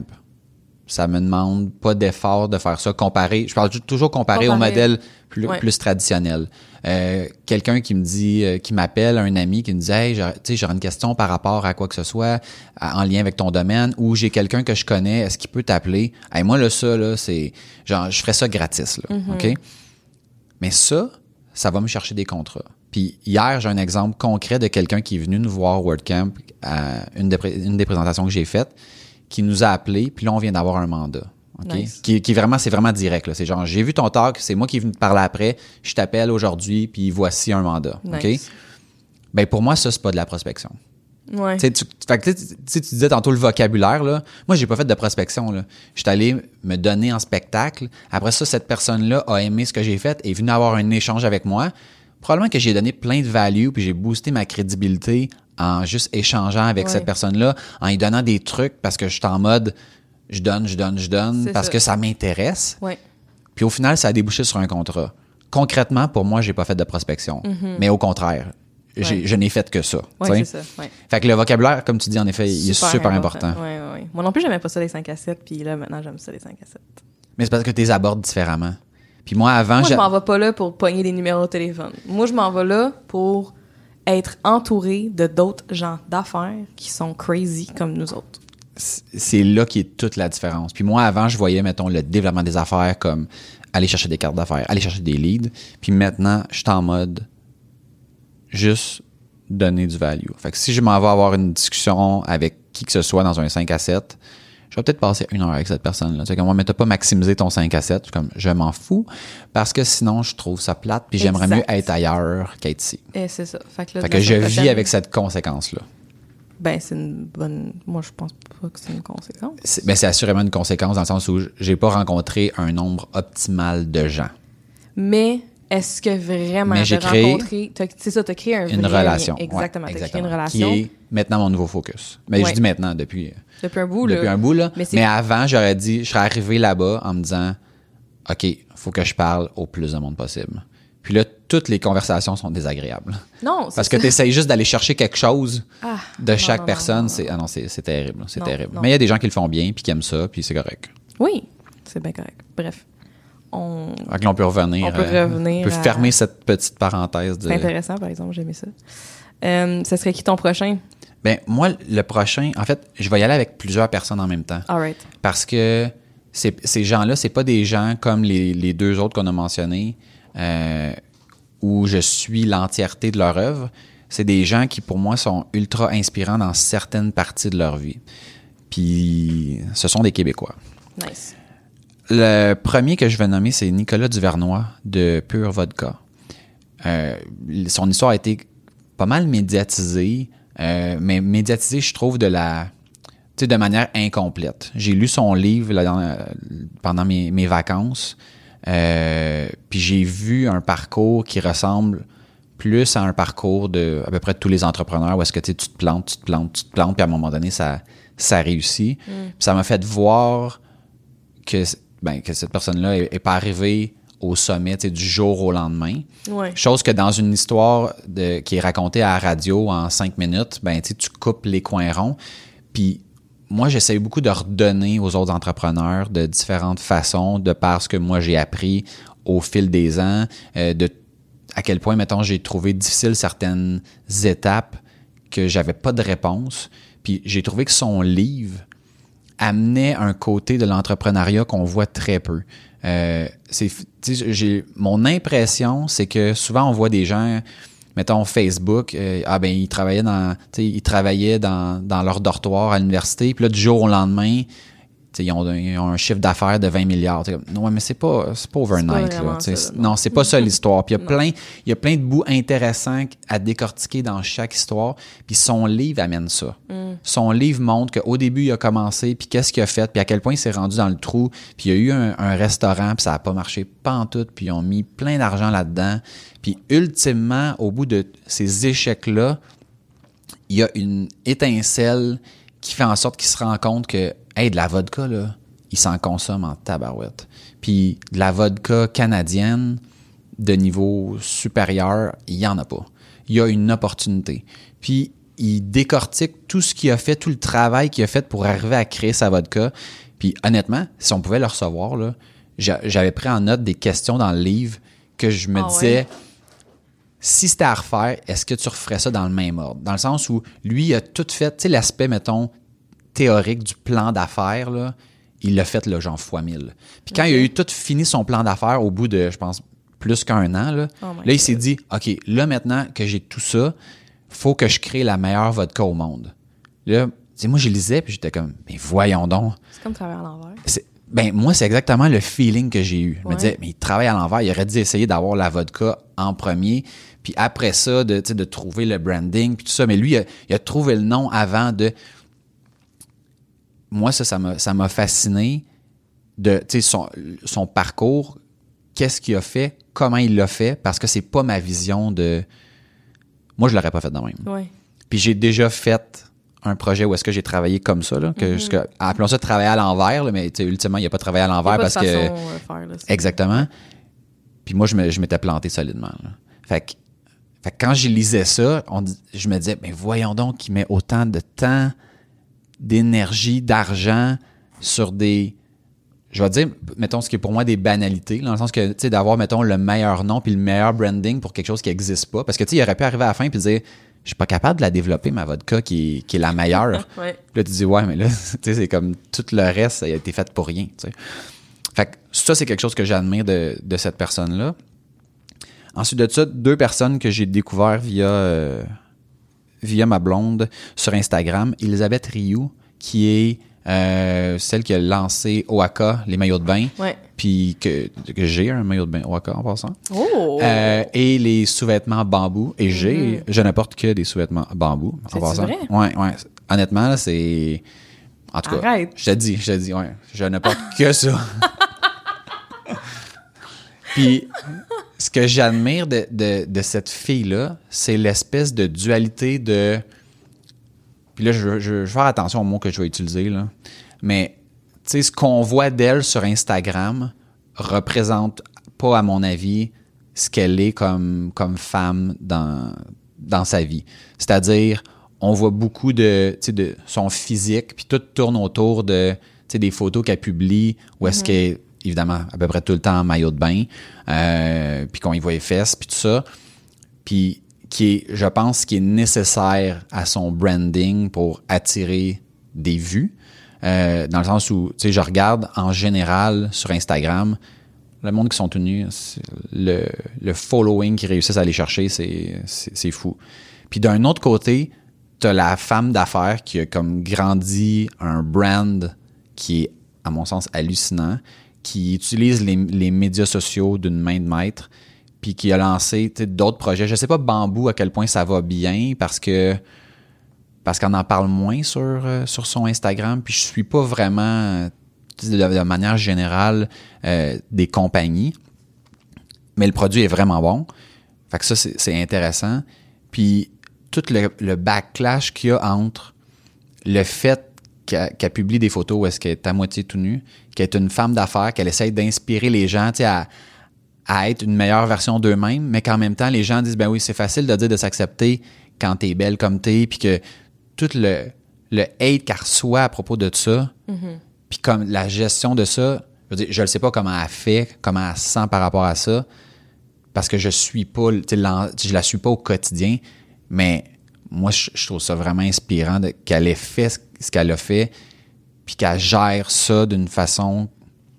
Ça me demande pas d'effort de faire ça. Je parle toujours comparer au modèle plus traditionnel. Quelqu'un qui me dit, qui m'appelle, un ami qui me dit, hey, j'aurais une question par rapport à quoi que ce soit, en lien avec ton domaine, ou j'ai quelqu'un que je connais, est-ce qu'il peut t'appeler? Hey, moi, là, ça, là, c'est, genre, je ferais ça gratis, là. OK? Mais ça va me chercher des contrats. Puis hier, j'ai un exemple concret de quelqu'un qui est venu nous voir au WordCamp à une des présentations que j'ai faites, qui nous a appelés, puis là, on vient d'avoir un mandat. Okay? Nice. C'est vraiment direct. Là. C'est genre, j'ai vu ton talk, c'est moi qui est venu te parler après, je t'appelle aujourd'hui, puis voici un mandat. Nice. OK? Ben pour moi, ça, c'est pas de la prospection. Ouais. Tu disais tantôt le vocabulaire, là. Moi, j'ai pas fait de prospection, là. Je suis allé me donner en spectacle. Après ça, cette personne-là a aimé ce que j'ai fait, est venue avoir un échange avec moi. Probablement que j'ai donné plein de value, puis j'ai boosté ma crédibilité en juste échangeant avec cette personne-là, en lui donnant des trucs parce que je suis en mode je donne c'est parce que ça m'intéresse. Ouais. Puis au final, ça a débouché sur un contrat. Concrètement, pour moi, j'ai pas fait de prospection. Mais au contraire, je n'ai fait que ça. Oui, c'est ça. Ouais. Fait que le vocabulaire, comme tu dis, en effet, il est super important. Oui. Moi non plus, j'aimais pas ça les 5 à 7, puis là, maintenant, j'aime ça les 5 à 7. Mais c'est parce que tu les abordes différemment. Puis moi, avant... je m'en vais pas là pour pogner des numéros de téléphone. Moi, je m'en vais là pour être entouré de d'autres gens d'affaires qui sont crazy comme nous autres. C'est là qui est toute la différence. Puis moi, avant, je voyais, mettons, le développement des affaires comme aller chercher des cartes d'affaires, aller chercher des leads. Puis maintenant, je suis en mode juste donner du value. Fait que si je m'en vais avoir une discussion avec qui que ce soit dans un 5 à 7, je vais peut-être passer 1 heure avec cette personne-là. Tu sais, comme moi, mais t'as pas maximisé ton 5 à 7. Comme, je m'en fous parce que sinon, je trouve ça plate puis j'aimerais mieux être ailleurs qu'être ici. Et c'est ça. Fait que je vis avec cette conséquence-là. Ben, c'est une bonne... Moi, je pense pas que c'est une conséquence. C'est assurément une conséquence dans le sens où j'ai pas rencontré un nombre optimal de gens. Mais est-ce que vraiment j'ai créé... C'est ça, t'as créé une relation. Exactement, t'as créé une relation. Qui est maintenant mon nouveau focus. Mais je dis maintenant, depuis un bout, là. Mais avant, j'aurais dit, je serais arrivé là-bas en me disant, OK, faut que je parle au plus de monde possible. Puis là, toutes les conversations sont désagréables. Non, Parce que tu essayes juste d'aller chercher quelque chose de chaque non, personne. non. C'est terrible. C'est terrible. Non. Mais il y a des gens qui le font bien puis qui aiment ça, puis c'est correct. Oui, c'est bien correct. Bref. Fait que là, on peut revenir. On peut revenir on peut fermer cette petite parenthèse. C'est intéressant, par exemple. J'ai aimé ça. Ça serait qui ton prochain? Ben moi, le prochain, en fait, je vais y aller avec plusieurs personnes en même temps. All right. Parce que ces gens-là, c'est pas des gens comme les deux autres qu'on a mentionnés, où je suis l'entièreté de leur œuvre. C'est des gens qui, pour moi, sont ultra inspirants dans certaines parties de leur vie. Puis, ce sont des Québécois. Nice. Le premier que je vais nommer, c'est Nicolas Duvernois de Pure Vodka. Son histoire a été pas mal médiatisée, mais médiatisée, je trouve, de manière incomplète. J'ai lu son livre pendant mes vacances, puis j'ai vu un parcours qui ressemble plus à un parcours de à peu près de tous les entrepreneurs où est-ce que tu te plantes, puis à un moment donné, ça réussit. Puis ça m'a fait voir que cette personne-là est pas arrivée au sommet du jour au lendemain. Ouais. Chose que dans une histoire qui est racontée à la radio en 5 minutes, tu coupes les coins ronds. Puis moi, j'essaie beaucoup de redonner aux autres entrepreneurs de différentes façons, de par ce que moi j'ai appris au fil des ans, à quel point, mettons, j'ai trouvé difficile certaines étapes que j'avais pas de réponse. Puis j'ai trouvé que son livre amenait un côté de l'entrepreneuriat qu'on voit très peu. Mon impression, c'est que souvent on voit des gens, mettons Facebook, ils travaillaient dans leur dortoir à l'université, puis là du jour au lendemain, ils ont un chiffre d'affaires de 20 milliards. Non, mais c'est pas overnight. Non, c'est pas ça l'histoire. Puis il y a plein de bouts intéressants à décortiquer dans chaque histoire. Puis son livre amène ça. Son livre montre qu'au début, il a commencé, puis qu'est-ce qu'il a fait, puis à quel point il s'est rendu dans le trou. Puis il y a eu un restaurant, puis ça n'a pas marché pantoute, puis ils ont mis plein d'argent là-dedans. Puis ultimement, au bout de ces échecs-là, il y a une étincelle qui fait en sorte qu'il se rend compte que de la vodka, là, il s'en consomme en tabarouette. Puis de la vodka canadienne de niveau supérieur, il n'y en a pas. Il y a une opportunité. Puis il décortique tout ce qu'il a fait, tout le travail qu'il a fait pour arriver à créer sa vodka. Puis honnêtement, si on pouvait le recevoir, là, j'avais pris en note des questions dans le livre que je me disais... Si c'était à refaire, est-ce que tu referais ça dans le même ordre? Dans le sens où lui, il a tout fait, tu sais, l'aspect, mettons, théorique du plan d'affaires, là, il l'a fait, là, genre fois 1000. Puis quand il a eu tout fini son plan d'affaires au bout de, je pense, plus qu'un an, là, il s'est dit, OK, là, maintenant que j'ai tout ça, faut que je crée la meilleure vodka au monde. Là, tu sais, moi, je lisais, puis j'étais comme, mais voyons donc. C'est comme travailler à l'envers. Moi, c'est exactement le feeling que j'ai eu. Je me disais, mais il travaille à l'envers, il aurait dû essayer d'avoir la vodka en premier, puis après ça, de trouver le branding, puis tout ça. Mais lui, il a trouvé le nom avant de... Moi, ça m'a fasciné de son parcours, qu'est-ce qu'il a fait, comment il l'a fait, parce que c'est pas ma vision de... Moi, je l'aurais pas fait de même. Ouais. Puis j'ai déjà fait un projet où est-ce que j'ai travaillé comme ça, là, appelons ça travailler à l'envers, là, mais ultimement, il n'y a pas travaillé à l'envers parce que... Faire, là, exactement. Puis moi, je m'étais planté solidement. Là. Fait que quand je lisais ça, je me disais, mais voyons donc qu'il met autant de temps, d'énergie, d'argent sur des... Je vais dire, mettons, ce qui est pour moi des banalités, dans le sens que, tu sais, d'avoir, mettons, le meilleur nom puis le meilleur branding pour quelque chose qui n'existe pas. Parce que, tu sais, il aurait pu arriver à la fin puis dire, je suis pas capable de la développer, ma vodka, qui est la meilleure. Ouais. Puis là, tu dis, ouais, mais là, tu sais, c'est comme tout le reste, ça a été fait pour rien, tu sais. Fait que ça, c'est quelque chose que j'admire de cette personne-là. Ensuite de ça, 2 personnes que j'ai découvert via ma blonde sur Instagram. Elisabeth Rioux, qui est celle qui a lancé Oaka, les maillots de bain. Ouais. Puis que j'ai un maillot de bain Oaka en passant. Oh! Et les sous-vêtements bambou. Et je ne porte que des sous-vêtements bambou en passant. C'est vrai? Ouais. Honnêtement, là, c'est... En tout cas, arrête. je te dis, ouais. Je ne porte que ça. Puis, ce que j'admire de cette fille-là, c'est l'espèce de dualité de... Puis là, je vais faire attention aux mots que je vais utiliser, là. Mais, tu sais, ce qu'on voit d'elle sur Instagram représente pas, à mon avis, ce qu'elle est comme femme dans sa vie. C'est-à-dire, on voit beaucoup de son physique, puis tout tourne autour de des photos qu'elle publie, où est-ce qu'elle est, évidemment, à peu près tout le temps en maillot de bain, puis qu'on y voit les fesses, puis tout ça. Puis, je pense, qui est nécessaire à son branding pour attirer des vues. Dans le sens où, je regarde en général sur Instagram, le monde qui sont tenus, le following qu'ils réussissent à aller chercher, c'est fou. Puis d'un autre côté, t'as la femme d'affaires qui a comme grandi un brand qui est, à mon sens, hallucinant, qui utilise les médias sociaux d'une main de maître, puis qui a lancé d'autres projets. Je sais pas, Bambou, à quel point ça va bien, parce qu'on en parle moins sur son Instagram, puis je suis pas vraiment, de manière générale, des compagnies, mais le produit est vraiment bon. Fait que ça, c'est intéressant. Puis tout le backlash qu'il y a entre le fait qu'elle publie des photos où est-ce qu'elle est à moitié tout nue, qu'elle est une femme d'affaires, qu'elle essaye d'inspirer les gens à être une meilleure version d'eux-mêmes, mais qu'en même temps, les gens disent, ben oui, c'est facile de dire de s'accepter quand t'es belle comme t'es, puis que tout le hate qu'elle reçoit à propos de ça, puis comme la gestion de ça, je ne sais pas comment elle fait, comment elle se sent par rapport à ça, parce que je la suis pas au quotidien, mais moi, je trouve ça vraiment inspirant qu'elle ait fait ce qu'elle a fait, puis qu'elle gère ça d'une façon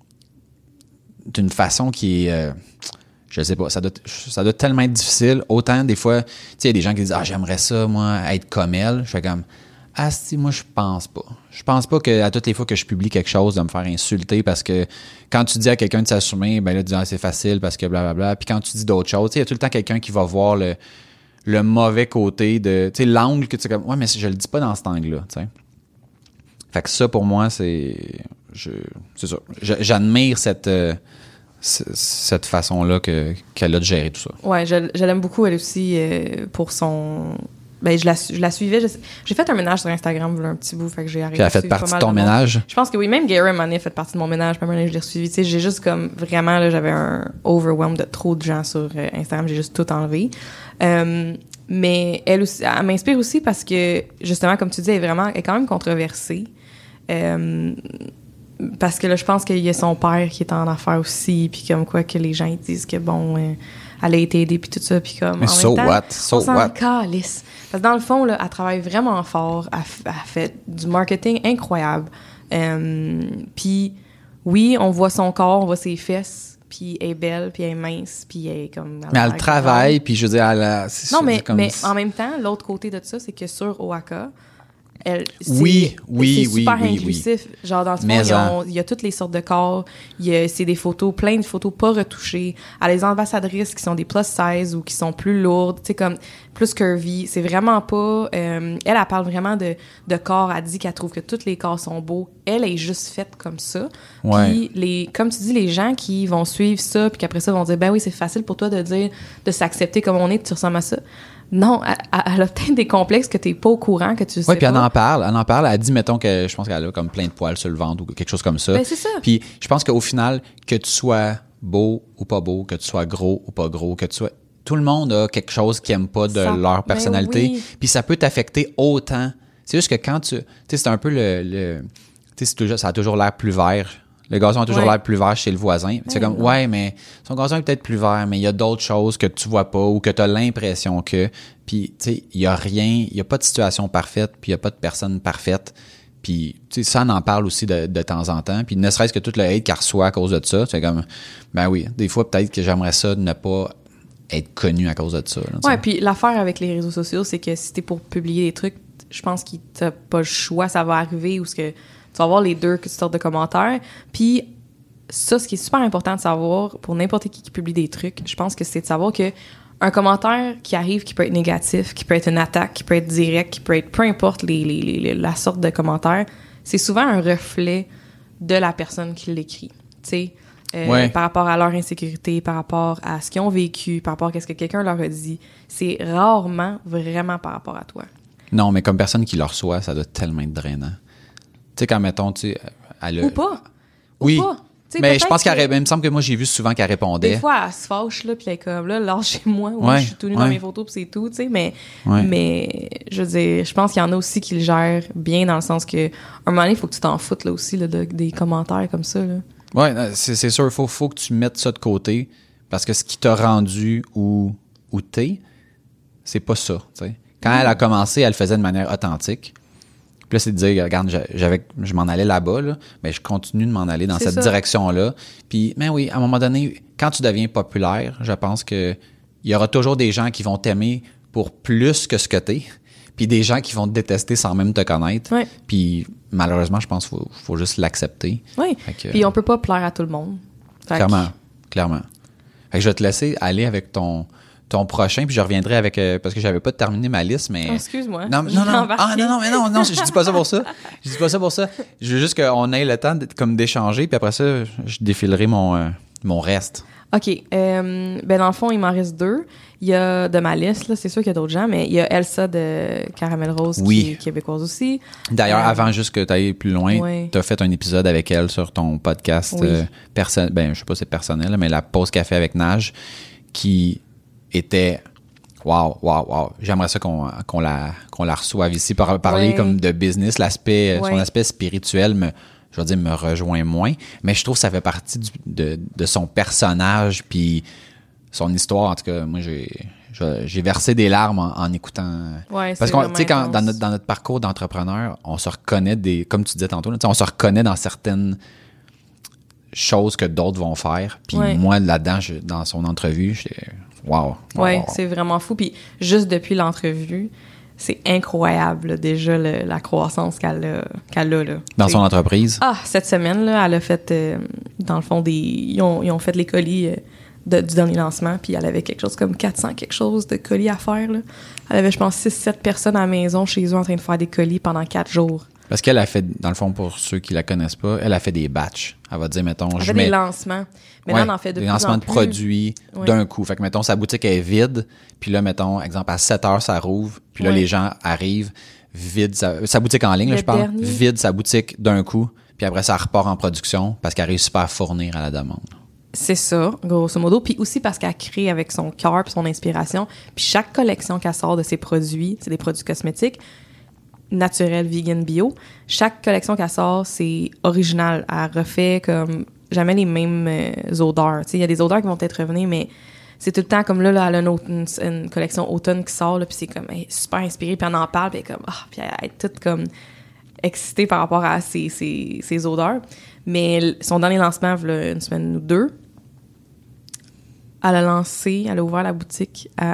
qui est... je sais pas, ça doit tellement être difficile. Autant, des fois, il y a des gens qui disent « Ah, j'aimerais ça, moi, être comme elle. » Je fais comme « Ah, si, moi, je pense pas. Je pense pas qu'à toutes les fois que je publie quelque chose, de me faire insulter parce que quand tu dis à quelqu'un de s'assumer, ben là, tu dis « Ah, c'est facile parce que blablabla. » Puis quand tu dis d'autres choses, il y a tout le temps quelqu'un qui va voir le mauvais côté de... Tu sais, l'angle que tu es comme « Ouais, mais je le dis pas dans cet angle-là. » Fait que ça, pour moi, c'est ça. J'admire cette façon-là qu'elle a de gérer tout ça. Ouais, je l'aime beaucoup, elle aussi, pour son... Ben, je la suivais. J'ai fait un ménage sur Instagram, un petit bout, fait que j'ai arrêté. Puis elle a fait partie de ton ménage? Je pense que oui, même Gary Money a fait partie de mon ménage, puis je l'ai resuivi. Tu sais, j'ai juste comme, vraiment, là, j'avais un overwhelm de trop de gens sur Instagram, j'ai juste tout enlevé. Mais elle aussi, elle m'inspire aussi parce que, justement, comme tu dis, elle est quand même controversée. Parce que là, je pense qu'il y a son père qui est en affaires aussi, puis comme quoi que les gens ils disent que bon, elle a été aidée puis tout ça, puis comme. Mais en même temps, so on s'en what? calisse. Parce que dans le fond là, elle travaille vraiment fort, elle fait du marketing incroyable. Puis oui, on voit son corps, on voit ses fesses, puis elle est belle, puis elle est mince, puis elle est comme. Mais elle travaille, puis je veux dire, non, mais en même temps, l'autre côté de ça, c'est que sur Oaka. C'est super inclusif. Genre, dans le fond, il y a toutes les sortes de corps. C'est des photos, plein de photos pas retouchées. Elle a les ambassadrices qui sont des plus size ou qui sont plus lourdes, tu sais, comme plus curvy. C'est vraiment pas... elle parle vraiment de corps. Elle dit qu'elle trouve que tous les corps sont beaux. Elle est juste faite comme ça. Ouais. Puis, comme tu dis, les gens qui vont suivre ça puis qu'après ça vont dire « Ben oui, c'est facile pour toi de dire, de s'accepter comme on est, tu ressembles à ça. » Non, elle a peut-être des complexes que t'es pas au courant, que tu sais pas. Oui, puis elle en parle. Elle dit, mettons, que je pense qu'elle a comme plein de poils sur le ventre ou quelque chose comme ça. Ben, c'est ça. Puis je pense qu'au final, que tu sois beau ou pas beau, que tu sois gros ou pas gros, que tu sois... Tout le monde a quelque chose qu'ils n'aiment pas de leur personnalité. Ben oui. Puis ça peut t'affecter autant. C'est juste que quand tu... Tu sais, c'est un peu tu sais, ça a toujours l'air plus vert. Le gazon a toujours l'air plus vert chez le voisin. C'est comme, ouais, mais son gazon est peut-être plus vert, mais il y a d'autres choses que tu vois pas ou que tu as l'impression que... Puis, tu sais, il y a rien, il y a pas de situation parfaite, puis il y a pas de personne parfaite. Puis, tu sais, ça, on en parle aussi de temps en temps. Puis, ne serait-ce que tout le hate qu'elle reçoit à cause de ça, c'est comme, ben oui, des fois, peut-être que j'aimerais ça ne pas être connu à cause de ça. Là, ouais, puis l'affaire avec les réseaux sociaux, c'est que si t'es pour publier des trucs, je pense que t'as pas le choix, ça va arriver, ou ce que tu vas avoir les deux sortes de commentaires. Puis ça, ce qui est super important de savoir pour n'importe qui publie des trucs, je pense que c'est de savoir que un commentaire qui arrive, qui peut être négatif, qui peut être une attaque, qui peut être direct, qui peut être peu importe la sorte de commentaire, c'est souvent un reflet de la personne qui l'écrit. Tu sais, par rapport à leur insécurité, par rapport à ce qu'ils ont vécu, par rapport à ce que quelqu'un leur a dit. C'est rarement vraiment par rapport à toi. Non, mais comme personne qui le reçoit, ça doit tellement être drainant. Tu sais, quand, mettons, tu sais, elle a... Ou pas. Oui. Ou pas. T'sais, Mais je pense que- il me semble que moi, j'ai vu souvent qu'elle répondait. Des fois, elle se fâche, là, puis elle est comme, là, lâchez-moi, oui, Ouais, je suis tout nue ouais. dans mes photos, puis c'est tout, tu sais, mais je veux dire, je pense qu'il y en a aussi qui le gèrent bien, dans le sens que, un moment donné, il faut que tu t'en foutes, là, aussi, là, des commentaires comme ça, là. Ouais, c'est sûr, faut que tu mettes ça de côté, parce que ce qui t'a rendu où t'es, c'est pas ça, tu sais. Quand elle a commencé, elle le faisait de manière authentique. Puis là, c'est de dire, regarde, je m'en allais là-bas, là, mais je continue de m'en aller dans cette direction-là. Puis, mais oui, à un moment donné, quand tu deviens populaire, je pense que il y aura toujours des gens qui vont t'aimer pour plus que ce que t'es, puis des gens qui vont te détester sans même te connaître. Ouais. Puis, malheureusement, je pense qu'il faut juste l'accepter. Oui, puis on peut pas plaire à tout le monde. Fait Clairement. Fait que je vais te laisser aller avec ton prochain, puis je reviendrai avec... parce que j'avais pas terminé ma liste, mais... Oh, excuse-moi. Non, je dis pas ça pour ça. Je dis pas ça pour ça. Je veux juste qu'on ait le temps d'échanger, puis après ça, je défilerai mon reste. OK. Ben dans le fond, il m'en reste 2. Il y a de ma liste, là, c'est sûr qu'il y a d'autres gens, mais il y a Elsa de Caramel Rose, qui est québécoise aussi. D'ailleurs, avant juste que tu ailles plus loin, oui. tu as fait un épisode avec elle sur ton podcast je sais pas si c'est personnel, mais la pause café avec Nage, qui était wow. J'aimerais ça qu'on la reçoive ici pour parler comme de business, son aspect spirituel me rejoint moins, mais je trouve que ça fait partie de son personnage puis son histoire. En tout cas, moi j'ai versé des larmes en écoutant. Ouais, parce que tu sais, quand dans notre parcours d'entrepreneur, on se reconnaît comme tu disais tantôt, on se reconnaît dans certaines choses que d'autres vont faire. Puis moi là-dedans, dans son entrevue, j'étais wow. C'est vraiment fou. Puis juste depuis l'entrevue, c'est incroyable, là, déjà, la croissance qu'elle a là. Dans son entreprise? Ah, cette semaine, là, elle a fait, dans le fond, ils ont fait les colis du dernier lancement, puis elle avait quelque chose comme 400 quelque chose de colis à faire, là. Elle avait, je pense, 6-7 personnes à la maison chez eux en train de faire des colis pendant 4 jours. Parce qu'elle a fait, dans le fond, pour ceux qui la connaissent pas, elle a fait des batchs. Elle va dire, mettons, elle fait des lancements. Maintenant, on en fait de plus en plus. Des lancements de produits d'un coup. Fait que, mettons, sa boutique est vide, puis là, mettons, exemple, à 7 heures, ça rouvre, puis là, les gens arrivent, vide sa boutique en ligne, là, je parle, vide sa boutique d'un coup, puis après, ça repart en production parce qu'elle réussit pas à fournir à la demande. C'est ça, grosso modo. Puis aussi parce qu'elle crée avec son cœur puis son inspiration. Puis chaque collection qu'elle sort de ses produits, c'est des produits cosmétiques, naturel, vegan, bio. Chaque collection qu'elle sort, c'est original. Elle refait comme jamais les mêmes odeurs. Tu sais, il y a des odeurs qui vont peut-être revenir, mais c'est tout le temps comme là elle a une collection automne qui sort, là, puis c'est comme elle est super inspirée, puis elle en parle, puis elle est comme puis elle est toute comme excitée par rapport à ses odeurs. Mais son dernier lancement, il y a une semaine ou 2, elle a ouvert la boutique à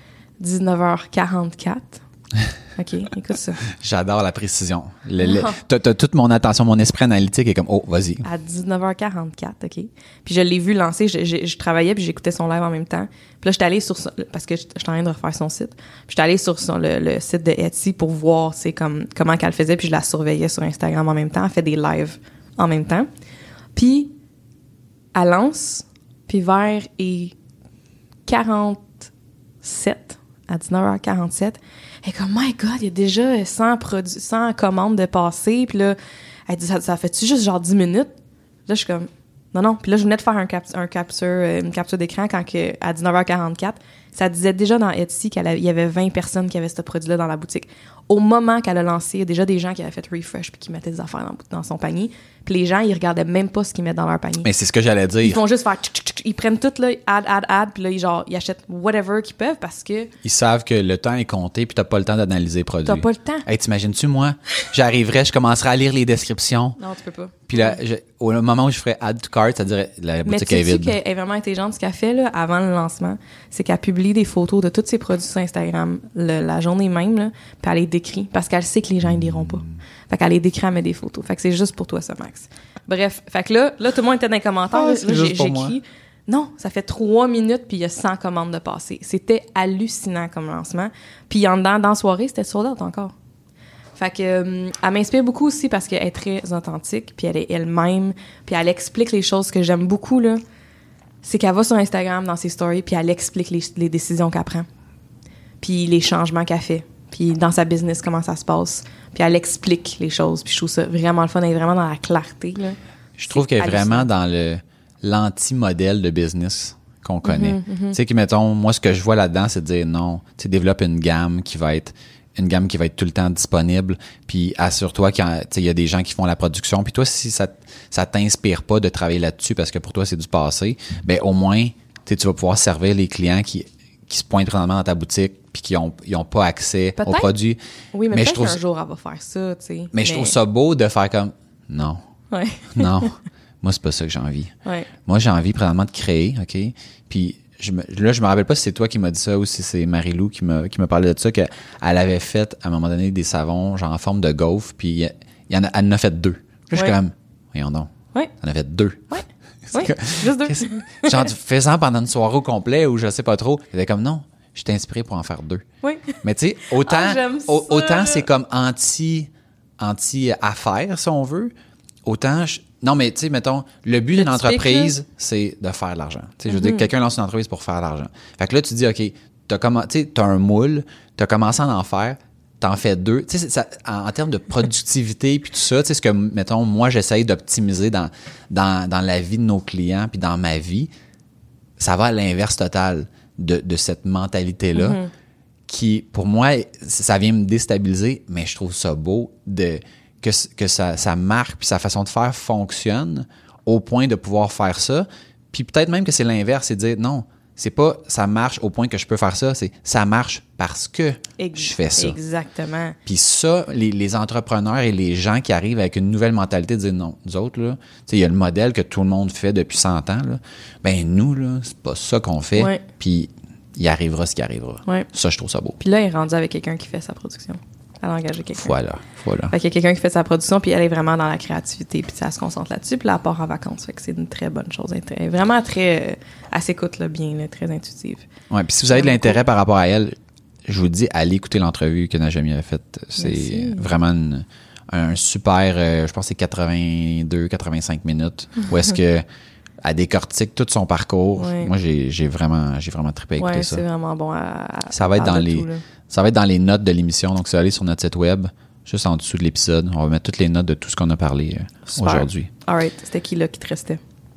19h44. OK, écoute ça. J'adore la précision. T'as toute mon attention, mon esprit analytique est comme, oh, vas-y. À 19h44, OK. Puis je l'ai vu lancer, je travaillais puis j'écoutais son live en même temps. Puis là, j'étais allée parce que j'étais en train de refaire son site. Puis j'étais allée sur le site de Etsy pour voir, comment qu'elle faisait, puis je la surveillais sur Instagram en même temps. Elle fait des lives en même temps. Puis elle lance, puis vers 47, à 19h47, elle est comme, my God, il y a déjà 100 commandes de passer. Puis là, elle dit, ça fait-tu juste genre 10 minutes? Là, je suis comme, non. Puis là, je venais de faire une capture d'écran quand à 19h44, ça disait déjà dans Etsy qu'il y avait 20 personnes qui avaient ce produit-là dans la boutique. Au moment qu'elle a lancé, il y a déjà des gens qui avaient fait refresh puis qui mettaient des affaires dans son panier. Puis les gens, ils regardaient même pas ce qu'ils mettent dans leur panier. Mais c'est ce que j'allais dire. Ils font juste faire ils prennent tout, là, add, puis là, ils achètent whatever qu'ils peuvent parce que... Ils savent que le temps est compté puis t'as pas le temps d'analyser le produit. T'as pas le temps. Hey, t'imagines-tu, moi, j'arriverais, je commencerais à lire les descriptions. Non, tu peux pas. Puis là, au moment où je ferais add to cart, ça dirait la boutique est vide. Mais tu sais qu'elle est vraiment intelligente. Ce qu'elle fait là, avant le lancement, c'est qu'elle publie des photos de tous ses produits sur Instagram la journée même, là, puis elle les décrit parce qu'elle sait que les gens ne liront pas. Fait qu'elle les décrit, elle met des photos. Fait que c'est juste pour toi, ça, Max. Bref, fait que là, tout le monde était dans les commentaires. Là, j'écris. Non, ça fait 3 minutes, puis il y a 100 commandes de passer. C'était hallucinant comme lancement. Puis en dedans, dans la soirée, c'était sold out encore. Fait que elle m'inspire beaucoup aussi parce qu'elle est très authentique, puis elle est elle-même, puis elle explique les choses que j'aime beaucoup, là. C'est qu'elle va sur Instagram, dans ses stories, puis elle explique les décisions qu'elle prend. Puis les changements qu'elle fait. Puis dans sa business, comment ça se passe. Puis elle explique les choses. Puis je trouve ça vraiment le fun. Elle est vraiment dans la clarté, là. Je trouve qu'elle est vraiment dans l'anti-modèle de business qu'on connaît. Tu sais, mettons, moi, ce que je vois là-dedans, c'est de dire non, tu sais, développe une gamme qui va être tout le temps disponible, puis assure-toi qu'il y a des gens qui font la production, puis toi, si ça t'inspire pas de travailler là-dessus parce que pour toi, c'est du passé, ben au moins, tu vas pouvoir servir les clients qui se pointent présentement dans ta boutique puis qui ont pas accès aux produits. Oui, mais peut-être qu'un jour, elle va faire ça, tu sais. Mais je trouve ça beau de faire comme, non, non, moi, c'est pas ça que j'ai envie. Ouais. Moi, j'ai envie présentement de créer, OK? Puis je me rappelle pas si c'est toi qui m'as dit ça ou si c'est Marie-Lou qui m'a parlé de ça, qu'elle avait fait, à un moment donné, des savons, genre en forme de gaufre, puis elle en a fait 2. Là, je suis comme, voyons donc. Ouais. Elle en a fait 2. Ouais. Oui, juste 2. Genre, fais-en pendant une soirée au complet ou je sais pas trop. Elle était comme, non, je t'ai inspiré pour en faire 2. Oui. Mais tu sais, autant c'est comme anti-affaires, si on veut, autant... Non, mais tu sais, mettons, le but d'une entreprise, c'est de faire de l'argent. Tu sais, je veux dire, quelqu'un lance une entreprise pour faire de l'argent. Fait que là, tu dis, OK, t'as un moule, t'as commencé à en faire, t'en fais 2. Tu sais, en termes de productivité puis tout ça, tu sais, ce que, mettons, moi, j'essaye d'optimiser dans la vie de nos clients puis dans ma vie, ça va à l'inverse total de cette mentalité-là qui, pour moi, ça vient me déstabiliser, mais je trouve ça beau que ça marque puis sa façon de faire fonctionne au point de pouvoir faire ça. Puis peut-être même que c'est l'inverse, c'est de dire non, c'est pas ça marche au point que je peux faire ça, c'est ça marche parce que je fais ça. Exactement. Puis ça, les entrepreneurs et les gens qui arrivent avec une nouvelle mentalité de dire non, nous autres, là, tu sais, il y a le modèle que tout le monde fait depuis 100 ans, là. Ben nous, là, c'est pas ça qu'on fait. Ouais. Puis il arrivera ce qui arrivera. Ouais. Ça, je trouve ça beau. Puis là, il est rendu avec quelqu'un qui fait sa production. Elle a engagé quelqu'un. Voilà. Fait qu'il y a quelqu'un qui fait sa production, puis elle est vraiment dans la créativité, puis ça se concentre là-dessus, puis là, elle part en vacances. Fait que c'est une très bonne chose. Elle est vraiment très... elle s'écoute là, bien, là, très intuitive. Ouais, puis si vous avez de l'intérêt par rapport à elle, je vous dis, allez écouter l'entrevue que Najami a faite. C'est vraiment un super... je pense que c'est 82-85 minutes, où est-ce que elle décortique tout son parcours. Ouais. Moi, j'ai vraiment trippé à écouter ça. Ouais, c'est vraiment bon. Ça va être dans les notes de l'émission. Donc, si vous allez sur notre site web, juste en dessous de l'épisode, on va mettre toutes les notes de tout ce qu'on a parlé aujourd'hui. All right. C'était qui, là, qui te restait?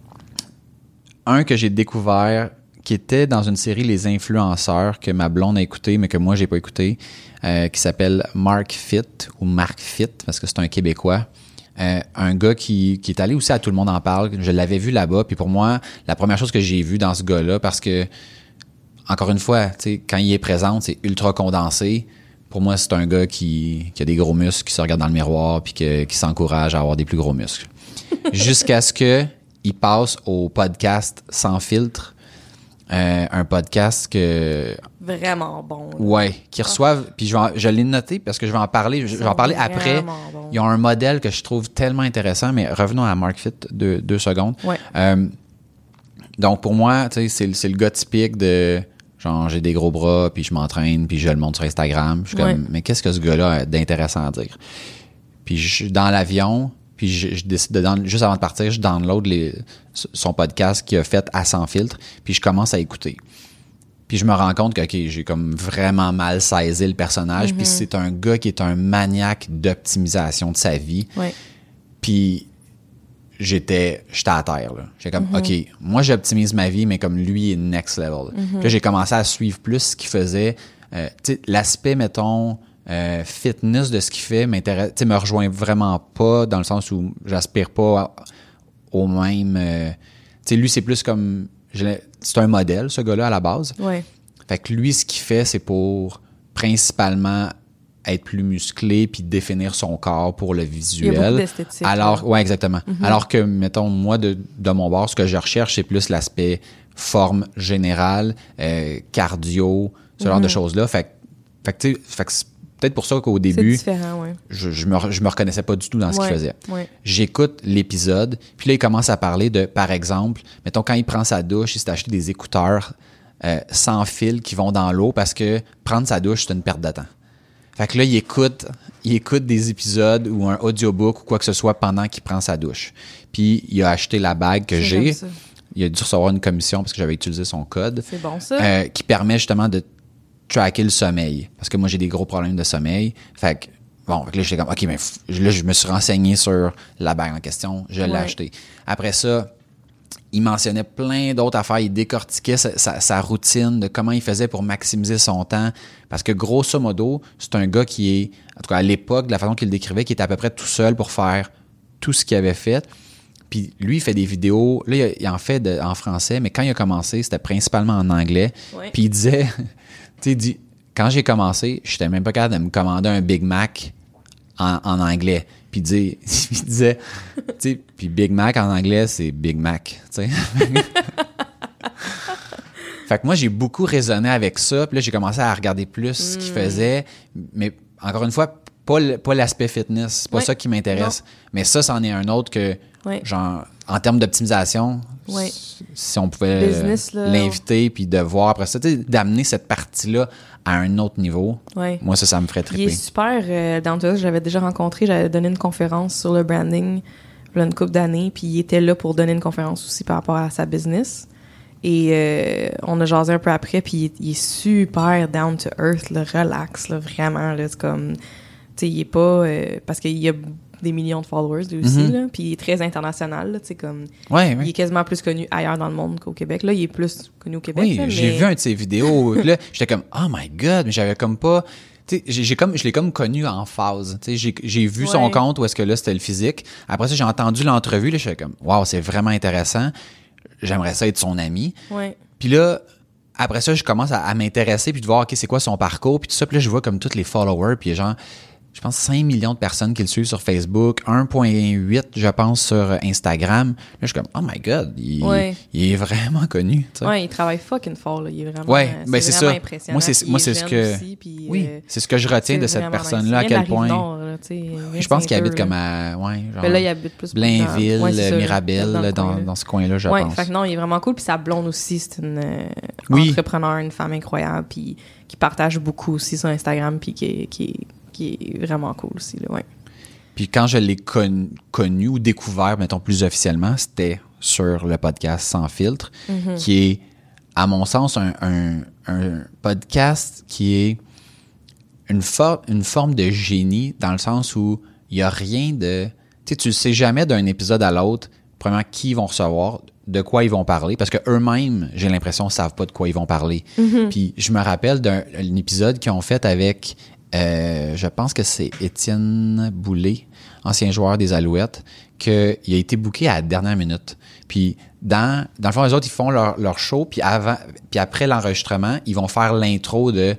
Un que j'ai découvert, qui était dans une série Les Influenceurs, que ma blonde a écouté, mais que moi, j'ai pas écouté, qui s'appelle Mark Fit, ou Mark Fit, parce que c'est un Québécois. Un gars qui est allé aussi à Tout le monde en parle. Je l'avais vu là-bas. Puis pour moi, la première chose que j'ai vue dans ce gars-là, parce que, encore une fois, tu sais, quand il est présent, c'est ultra condensé. Pour moi, c'est un gars qui a des gros muscles, qui se regarde dans le miroir puis qui s'encourage à avoir des plus gros muscles. Jusqu'à ce qu'il passe au podcast Sans filtre. Un podcast que... Vraiment bon. Là. Ouais, qui reçoivent... Puis je l'ai noté parce que je vais en parler. Je vais en parler après. Bon. Ils ont un modèle que je trouve tellement intéressant, mais revenons à Mark Fit 2 secondes. Ouais. Donc, pour moi, tu sais, c'est le gars typique de... Genre, j'ai des gros bras, puis je m'entraîne, puis je le montre sur Instagram. Je suis comme, mais qu'est-ce que ce gars-là a d'intéressant à dire? Puis je suis dans l'avion... Puis je décide juste avant de partir, je download son podcast qu'il a fait à Sans filtre, puis je commence à écouter. Puis je me rends compte que OK, j'ai comme vraiment mal saisi le personnage, puis c'est un gars qui est un maniaque d'optimisation de sa vie. Ouais. Puis j'étais à terre, là. J'ai comme OK, moi j'optimise ma vie, mais comme lui est next level. Puis là, j'ai commencé à suivre plus ce qu'il faisait. Tu sais, l'aspect, mettons... fitness de ce qu'il fait m'intéresse, tu sais, me rejoint vraiment pas dans le sens où j'aspire pas au même. Tu sais, lui, c'est plus comme. C'est un modèle, ce gars-là, à la base. Ouais. Fait que lui, ce qu'il fait, c'est pour principalement être plus musclé puis définir son corps pour le visuel. Il y a beaucoup d'esthétique. Ouais, exactement. Alors que, mettons, moi, de mon bord, ce que je recherche, c'est plus l'aspect forme générale, cardio, ce genre de choses-là. Fait que tu sais, c'est peut-être pour ça qu'au début, c'est différent, ouais. je me reconnaissais pas du tout dans ce qu'il faisait. Ouais. J'écoute l'épisode, puis là, il commence à parler de, par exemple, mettons, quand il prend sa douche, il s'est acheté des écouteurs sans fil qui vont dans l'eau parce que prendre sa douche, c'est une perte de temps. Fait que là, il écoute des épisodes ou un audiobook ou quoi que ce soit pendant qu'il prend sa douche. Puis, il a acheté la bague que j'ai. Il a dû recevoir une commission parce que j'avais utilisé son code. C'est bon, ça. Qui permet justement de tracker le sommeil. Parce que moi, j'ai des gros problèmes de sommeil. Fait que Bon, là, j'étais comme, OK, mais là, je me suis renseigné sur la bague en question. Je l'ai acheté. Après ça, il mentionnait plein d'autres affaires. Il décortiquait sa routine de comment il faisait pour maximiser son temps. Parce que grosso modo, c'est un gars qui est, en tout cas à l'époque, de la façon qu'il le décrivait, qui était à peu près tout seul pour faire tout ce qu'il avait fait. Puis lui, il fait des vidéos. Là, il en fait en français, mais quand il a commencé, c'était principalement en anglais. Ouais. Puis il disait, tu sais, quand j'ai commencé, je n'étais même pas capable de me commander un Big Mac en anglais. Puis il disait, tu sais, puis Big Mac en anglais, c'est Big Mac, tu sais. Fait que moi, j'ai beaucoup raisonné avec ça. Puis là, j'ai commencé à regarder plus ce qu'il faisait. Mais encore une fois, pas l'aspect fitness. C'est pas ça qui m'intéresse. Non. Mais ça, c'en est un autre que, genre, en termes d'optimisation, si on pouvait l'inviter puis de voir après ça, tu sais, d'amener cette partie-là à un autre niveau, moi, ça me ferait triper. Il est super dans tout ça. J'avais déjà rencontré, j'avais donné une conférence sur le branding il y a une couple d'années, puis il était là pour donner une conférence aussi par rapport à sa business. Et on a jasé un peu après, puis il est super down to earth, là, relax, là, vraiment. Là, c'est comme, tu sais, il est pas... parce qu'il y a des millions de followers lui aussi, là, puis il est très international, là, tu sais, comme... Il est quasiment plus connu ailleurs dans le monde qu'au Québec. Là, il est plus connu au Québec. Oui, là, j'ai vu un de ses vidéos, là, j'étais comme, oh my God, mais j'avais comme pas... Tu sais, je l'ai comme connu en phase. Tu sais, j'ai vu son compte où est-ce que là, c'était le physique. Après ça, j'ai entendu l'entrevue, là, j'étais comme, wow, c'est vraiment intéressant. J'aimerais ça être son ami. Puis là, après ça, je commence à m'intéresser puis de voir, OK, c'est quoi son parcours puis tout ça. Puis là, je vois comme tous les followers puis genre, je pense 5 millions de personnes qui le suivent sur Facebook, 1,8, je pense, sur Instagram. Là, je suis comme, oh my God, il est vraiment connu. Oui, il travaille fucking fort. Là. Il est vraiment, c'est vraiment ça. Impressionnant. Moi, c'est ce que... Aussi, puis, c'est ce que je retiens de cette personne-là, à quel point... Nord, là, je pense qu'il habite comme à... genre, mais là, il habite plus Blainville, Mirabel, dans ce coin-là, je pense. Fait que non, il est vraiment cool. Puis sa blonde aussi, c'est une entrepreneur, une femme incroyable, puis qui partage beaucoup aussi sur Instagram, puis qui est vraiment cool aussi, là, Puis quand je l'ai connu ou découvert, mettons plus officiellement, c'était sur le podcast Sans filtre, qui est, à mon sens, un podcast qui est une forme de génie, dans le sens où il n'y a rien de... Tu ne sais jamais d'un épisode à l'autre, premièrement, qui ils vont recevoir, de quoi ils vont parler, parce que eux-mêmes, j'ai l'impression, ne savent pas de quoi ils vont parler. Puis je me rappelle d'un épisode qu'ils ont fait avec... je pense que c'est Étienne Boulay, ancien joueur des Alouettes, qu'il a été booké à la dernière minute. Puis dans le fond, les autres, ils font leur show, puis après l'enregistrement, ils vont faire l'intro de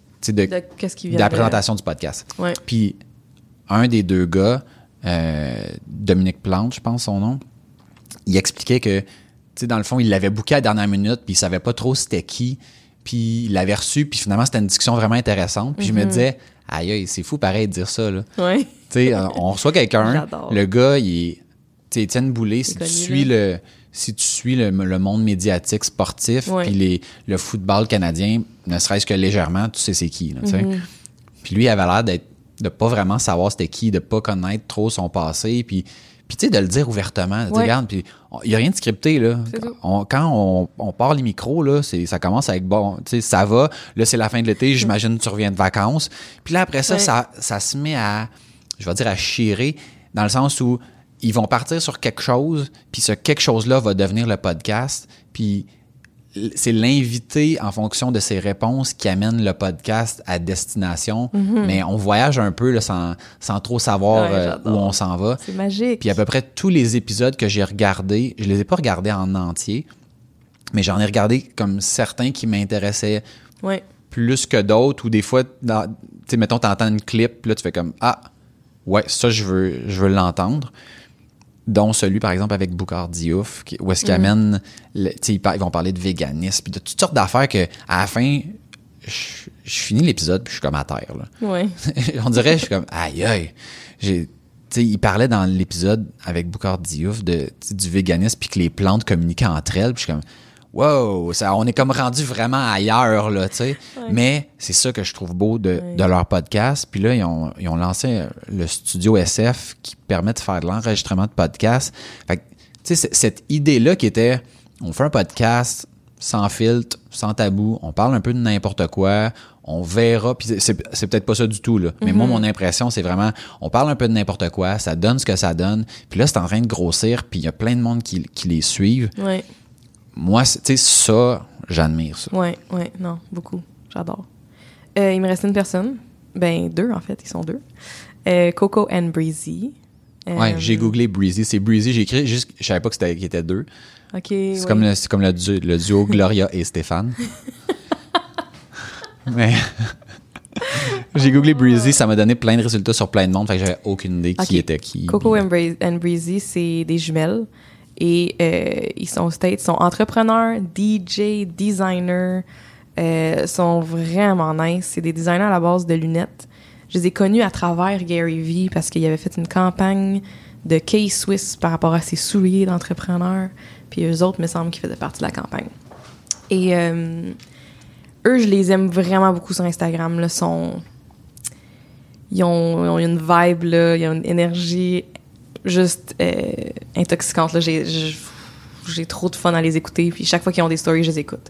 la présentation du podcast. Puis un des deux gars, Dominique Plante, je pense son nom, il expliquait que, dans le fond, il l'avait booké à la dernière minute, puis il savait pas trop c'était qui. Puis il l'avait reçu, puis finalement, c'était une discussion vraiment intéressante. Puis je me disais, aïe, c'est fou pareil de dire ça, là. Tu sais, on reçoit quelqu'un, le gars, il est... Tu sais, Étienne Boulay, si tu suis le monde médiatique sportif, puis le football canadien, ne serait-ce que légèrement, tu sais c'est qui, là, tu sais. Puis lui, il avait l'air de pas vraiment savoir c'était qui, de pas connaître trop son passé, puis tu sais, de le dire ouvertement. Regarde, puis il n'y a rien de scripté, là. Quand on part les micros, là, ça commence avec, bon, tu sais, ça va. Là, c'est la fin de l'été, j'imagine que tu reviens de vacances. Puis là, après ça, ça se met à, je vais dire, à chirer, dans le sens où ils vont partir sur quelque chose, puis ce quelque chose-là va devenir le podcast. Puis c'est l'invité en fonction de ses réponses qui amène le podcast à destination. Mais on voyage un peu là, sans trop savoir où on s'en va. C'est magique. Puis à peu près tous les épisodes que j'ai regardés, je les ai pas regardés en entier, mais j'en ai regardé comme certains qui m'intéressaient plus que d'autres, ou des fois, tu sais, mettons, t'entends une clip, là, tu fais comme, ah, ouais, ça, je veux l'entendre. Dont celui, par exemple, avec Boucard Diouf, où est-ce qu'ils amènent... Ils vont parler de véganisme, puis de toutes sortes d'affaires que, à la fin, je finis l'épisode, puis je suis comme à terre. Là. On dirait, je suis comme, aïe. Il parlait dans l'épisode avec Boucard Diouf du véganisme, puis que les plantes communiquaient entre elles, puis je suis comme... Wow, on est comme rendu vraiment ailleurs, là, tu sais. Mais c'est ça que je trouve beau de leur podcast. Puis là, ils ont lancé le studio SF qui permet de faire de l'enregistrement de podcasts. Fait que, tu sais, cette idée-là qui était, on fait un podcast sans filtre, sans tabou, on parle un peu de n'importe quoi, on verra. Puis c'est peut-être pas ça du tout, là. Mais moi, mon impression, c'est vraiment, on parle un peu de n'importe quoi, ça donne ce que ça donne. Puis là, c'est en train de grossir, puis il y a plein de monde qui les suivent. Ouais. Moi, tu sais, ça, j'admire ça. Ouais, non, beaucoup. J'adore. Il me reste une personne. Ben, 2, en fait. Ils sont 2. Coco and Breezy. Ouais, j'ai googlé Breezy. C'est Breezy. J'ai écrit juste, je savais pas qu'il était 2. OK. C'est comme le duo Gloria et Stéphane. Mais j'ai googlé Breezy, ça m'a donné plein de résultats sur plein de monde, fait que j'avais aucune idée qui était qui. Coco and Breezy, c'est des jumelles. Et ils sont sont entrepreneurs, DJ, designers. Sont vraiment nice. C'est des designers à la base de lunettes. Je les ai connus à travers Gary Vee parce qu'il avait fait une campagne de K-Swiss par rapport à ses souliers d'entrepreneurs. Puis eux autres, me semble qu'ils faisaient partie de la campagne. Et eux, je les aime vraiment beaucoup sur Instagram. Là, ils ont une vibe, là, ils ont une énergie juste intoxicante. Là. J'ai trop de fun à les écouter. Puis chaque fois qu'ils ont des stories, je les écoute.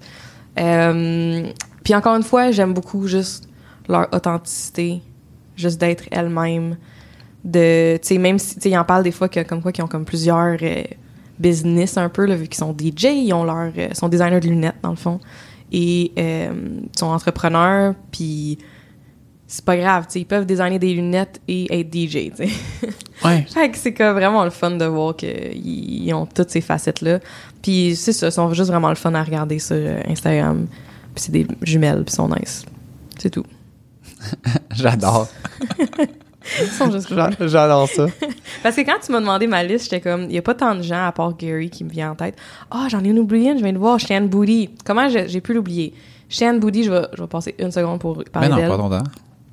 Puis encore une fois, j'aime beaucoup juste leur authenticité, juste d'être elle-même. Tu sais, même si ils en parlent des fois comme quoi qu'ils ont comme plusieurs business un peu, là, vu qu'ils sont DJ, ils ont sont designers de lunettes dans le fond. Et sont entrepreneurs, puis c'est pas grave, tu sais, ils peuvent designer des lunettes et être DJ, tu sais. Ouais. Fait que c'est comme vraiment le fun de voir qu'ils ont toutes ces facettes-là. Puis c'est ça, ils sont juste vraiment le fun à regarder sur Instagram. Puis c'est des jumelles, puis ils sont nice. C'est tout. J'adore. Ils sont juste J'adore ça. Parce que quand tu m'as demandé ma liste, j'étais comme, il n'y a pas tant de gens à part Gary qui me vient en tête. Ah, j'en ai une oubliée, je viens de voir, Shane Booty. Comment j'ai pu l'oublier? Shane Booty, je vais passer une seconde pour parler d'elle. Mais non, pas ton temps.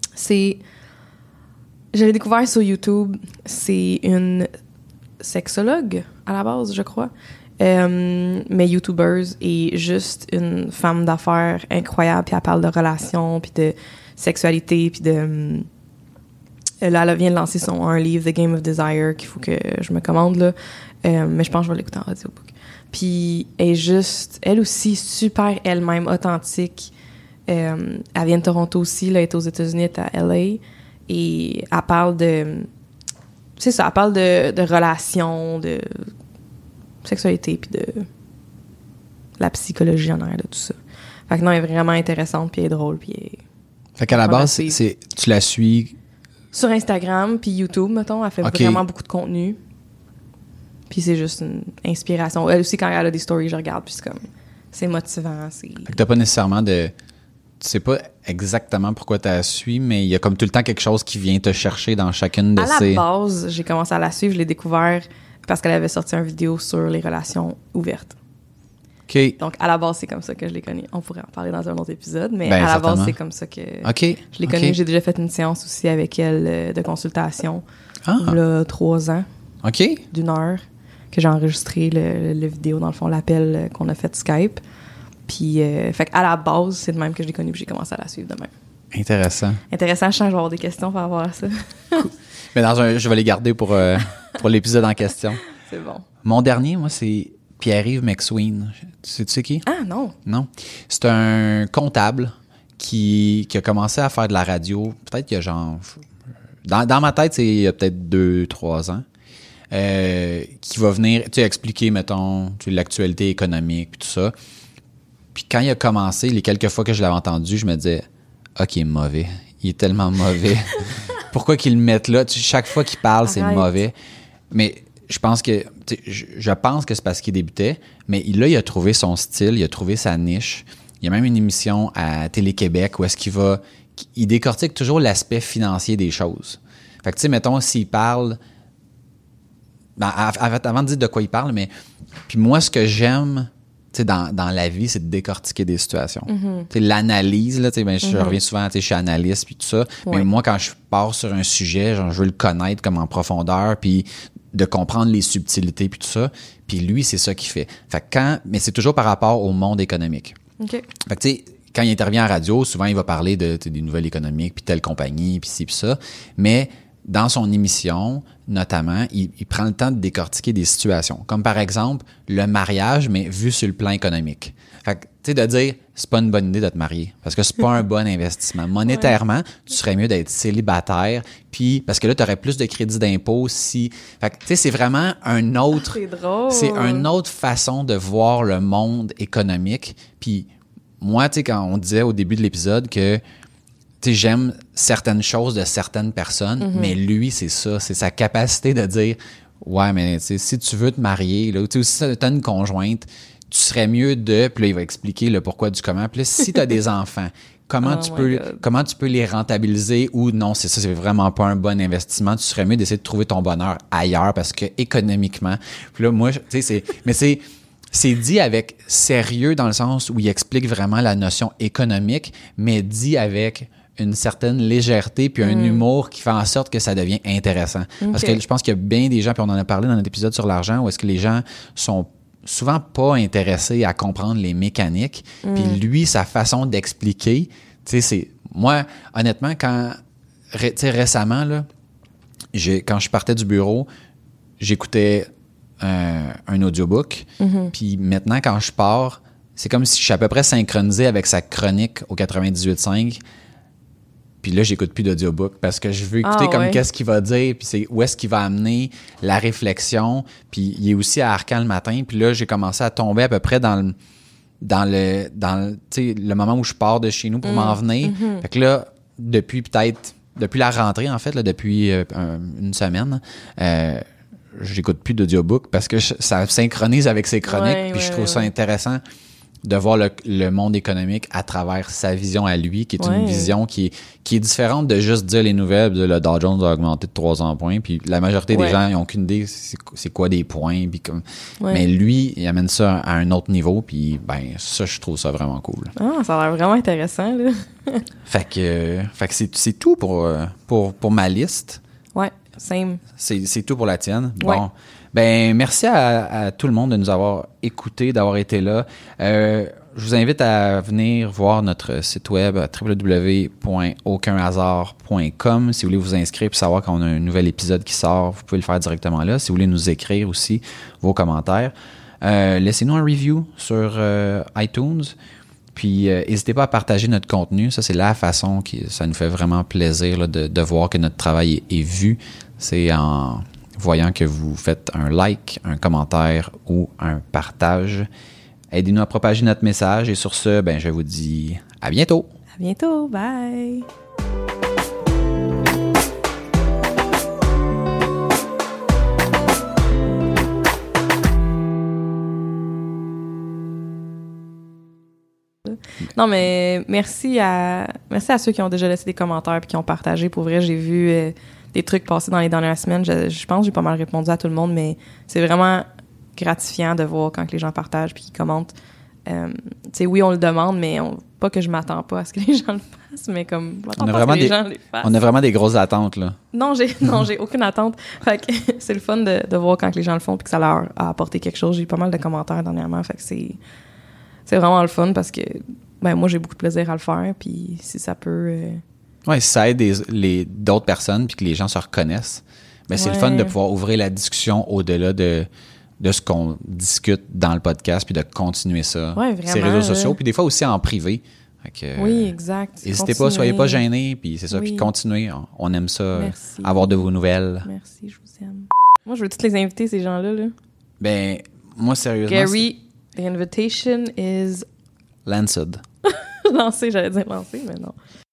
Je l'ai découvert sur YouTube. C'est une sexologue, à la base, je crois. Mais YouTubers et juste une femme d'affaires incroyable. Puis elle parle de relations, puis de sexualité, puis de... Là, elle vient de lancer un livre, The Game of Desire, qu'il faut que je me commande, là. Mais je pense que je vais l'écouter en audiobook. Puis elle est juste, elle aussi, super elle-même, authentique. Elle vient de Toronto aussi, là, elle est aux États-Unis, elle est à LA. Et elle parle de... C'est ça, elle parle de relations, de sexualité, puis de la psychologie en arrière de tout ça. Fait que non, elle est vraiment intéressante, puis elle est drôle, puis elle est... Fait qu'à la base, tu la suis... Sur Instagram, puis YouTube, mettons, elle fait vraiment beaucoup de contenu. Puis c'est juste une inspiration. Elle aussi, quand elle a des stories, je regarde, puis c'est motivant. Fait que t'as pas nécessairement de... Tu sais pas exactement pourquoi tu la suis, mais il y a comme tout le temps quelque chose qui vient te chercher dans chacune de ces... À la base, j'ai commencé à la suivre, je l'ai découvert parce qu'elle avait sorti une vidéo sur les relations ouvertes. OK. Donc, à la base, c'est comme ça que je l'ai connue. On pourrait en parler dans un autre épisode, mais à la base, c'est comme ça que je l'ai connue. J'ai déjà fait une séance aussi avec elle de consultation il y a 3 ans. OK. D'1 heure, que j'ai enregistré le vidéo, dans le fond, l'appel qu'on a fait Skype. Puis, fait à la base, c'est de même que je l'ai connue, puis j'ai commencé à la suivre de même. Intéressant. Intéressant, je sens que je vais avoir des questions par rapport à ça. Cool. Mais je vais les garder pour l'épisode en question. C'est bon. Mon dernier, moi, c'est Pierre-Yves McSween. Tu sais qui? Ah, non. Non. C'est un comptable qui a commencé à faire de la radio, peut-être qu'il y a genre... Dans ma tête, c'est il y a peut-être 2-3 ans. Qui va venir expliquer, mettons, l'actualité économique et tout ça. Puis quand il a commencé, les quelques fois que je l'avais entendu, je me disais « Ah, qu'il est mauvais. Il est tellement mauvais. Pourquoi qu'ils le mettent là? » Chaque fois qu'il parle, c'est mauvais. Mais je pense que c'est parce qu'il débutait, mais là, il a trouvé son style, il a trouvé sa niche. Il y a même une émission à Télé-Québec où est-ce il décortique toujours l'aspect financier des choses. Fait que, tu sais, mettons, s'il parle... avant de dire de quoi il parle, mais... Puis moi, ce que j'aime... Dans la vie, c'est de décortiquer des situations. Mm-hmm. L'analyse, là, je reviens souvent, je suis analyste puis tout ça. Ouais. Mais moi, quand je pars sur un sujet, genre, je veux le connaître comme en profondeur, puis de comprendre les subtilités puis tout ça. Puis lui, c'est ça qu'il fait. Mais c'est toujours par rapport au monde économique. Okay. Fait que, quand il intervient en radio, souvent, il va parler des nouvelles économiques, puis telle compagnie, puis ci, puis ça. Mais dans son émission, notamment, il prend le temps de décortiquer des situations. Comme par exemple, le mariage, mais vu sur le plan économique. Fait que, tu sais, de dire, c'est pas une bonne idée de te marier, parce que c'est pas un bon investissement. Monétairement, tu serais mieux d'être célibataire, puis parce que là, tu aurais plus de crédit d'impôt si... Fait que, tu sais, c'est vraiment un autre... C'est drôle. C'est une autre façon de voir le monde économique. Puis moi, tu sais, quand on disait au début de l'épisode que, tu sais, j'aime certaines choses de certaines personnes, mais lui, c'est ça, c'est sa capacité de dire, ouais, mais tu sais, si tu veux te marier, là, tu sais, si tu as une conjointe, tu serais mieux de, puis là, il va expliquer le pourquoi du comment. Puis là, si tu as des enfants, comment tu peux les rentabiliser ou non, c'est ça, c'est vraiment pas un bon investissement. Tu serais mieux d'essayer de trouver ton bonheur ailleurs parce que économiquement. Puis là, moi, tu sais, c'est dit avec sérieux dans le sens où il explique vraiment la notion économique, mais dit avec une certaine légèreté puis un humour qui fait en sorte que ça devient intéressant. Okay. Parce que je pense qu'il y a bien des gens, puis on en a parlé dans notre épisode sur l'argent, où est-ce que les gens sont souvent pas intéressés à comprendre les mécaniques. Puis lui, sa façon d'expliquer, tu sais, c'est... Moi, honnêtement, récemment, là, quand je partais du bureau, j'écoutais un audiobook. Puis maintenant, quand je pars, c'est comme si je suis à peu près synchronisé avec sa chronique au 98.5. Puis là, j'écoute plus d'audiobook parce que je veux écouter qu'est-ce qu'il va dire, puis c'est où est-ce qu'il va amener la réflexion. Puis il est aussi à Arcan le matin. Puis là, j'ai commencé à tomber à peu près dans le moment où je pars de chez nous pour m'en venir. Fait que là, depuis la rentrée, en fait, là, depuis une semaine, j'écoute plus d'audiobook parce que ça synchronise avec ses chroniques. Puis je trouve ça intéressant de voir le monde économique à travers sa vision à lui, qui est une vision qui est différente de juste dire les nouvelles, de le Dow Jones a augmenté de 300 points, puis la majorité des gens, ils n'ont aucune idée c'est quoi des points, puis mais lui, il amène ça à un autre niveau, puis ben ça, je trouve ça vraiment cool. Ah, ça a l'air vraiment intéressant, là. fait que c'est tout pour ma liste. Ouais, same. C'est tout pour la tienne. Bon. Ben merci à tout le monde de nous avoir écoutés, d'avoir été là. Je vous invite à venir voir notre site web www.aucunhasard.com si vous voulez vous inscrire et savoir quand on a un nouvel épisode qui sort. Vous pouvez le faire directement là. Si vous voulez nous écrire aussi vos commentaires, laissez-nous un review sur iTunes. Puis, n'hésitez pas à partager notre contenu. Ça, c'est la façon ça nous fait vraiment plaisir là, de voir que notre travail est vu. C'est en voyant que vous faites un like, un commentaire ou un partage. Aidez-nous à propager notre message. Et sur ce, ben, je vous dis à bientôt. À bientôt. Bye. Non, mais merci à ceux qui ont déjà laissé des commentaires et qui ont partagé. Pour vrai, j'ai vu des trucs passer dans les dernières semaines. Je pense que j'ai pas mal répondu à tout le monde, mais c'est vraiment gratifiant de voir quand les gens partagent puis qu'ils commentent. Tu sais, oui, on le demande, mais pas que je m'attends pas à ce que les gens le fassent, mais comme on a vraiment les fassent. On a vraiment des grosses attentes, là. Non, j'ai aucune attente. Fait que c'est le fun de voir quand les gens le font puis que ça leur a apporté quelque chose. J'ai eu pas mal de commentaires dernièrement, fait que c'est vraiment le fun parce que ben moi, j'ai beaucoup de plaisir à le faire, puis si ça peut... Oui, si ça aide d'autres personnes puis que les gens se reconnaissent, ben c'est le fun de pouvoir ouvrir la discussion au-delà de ce qu'on discute dans le podcast puis de continuer ça. Ouais, vraiment. Ces réseaux sociaux, puis des fois aussi en privé. Que, oui, exact. N'hésitez pas, soyez pas gênés, puis c'est ça, puis continuez. On aime ça, avoir de vos nouvelles. Merci, je vous aime. Moi, je veux tous les inviter, ces gens-là. Là. Ben, moi, sérieusement... Gary, the invitation is... Lanced. Lancé, j'allais dire lancé, mais non.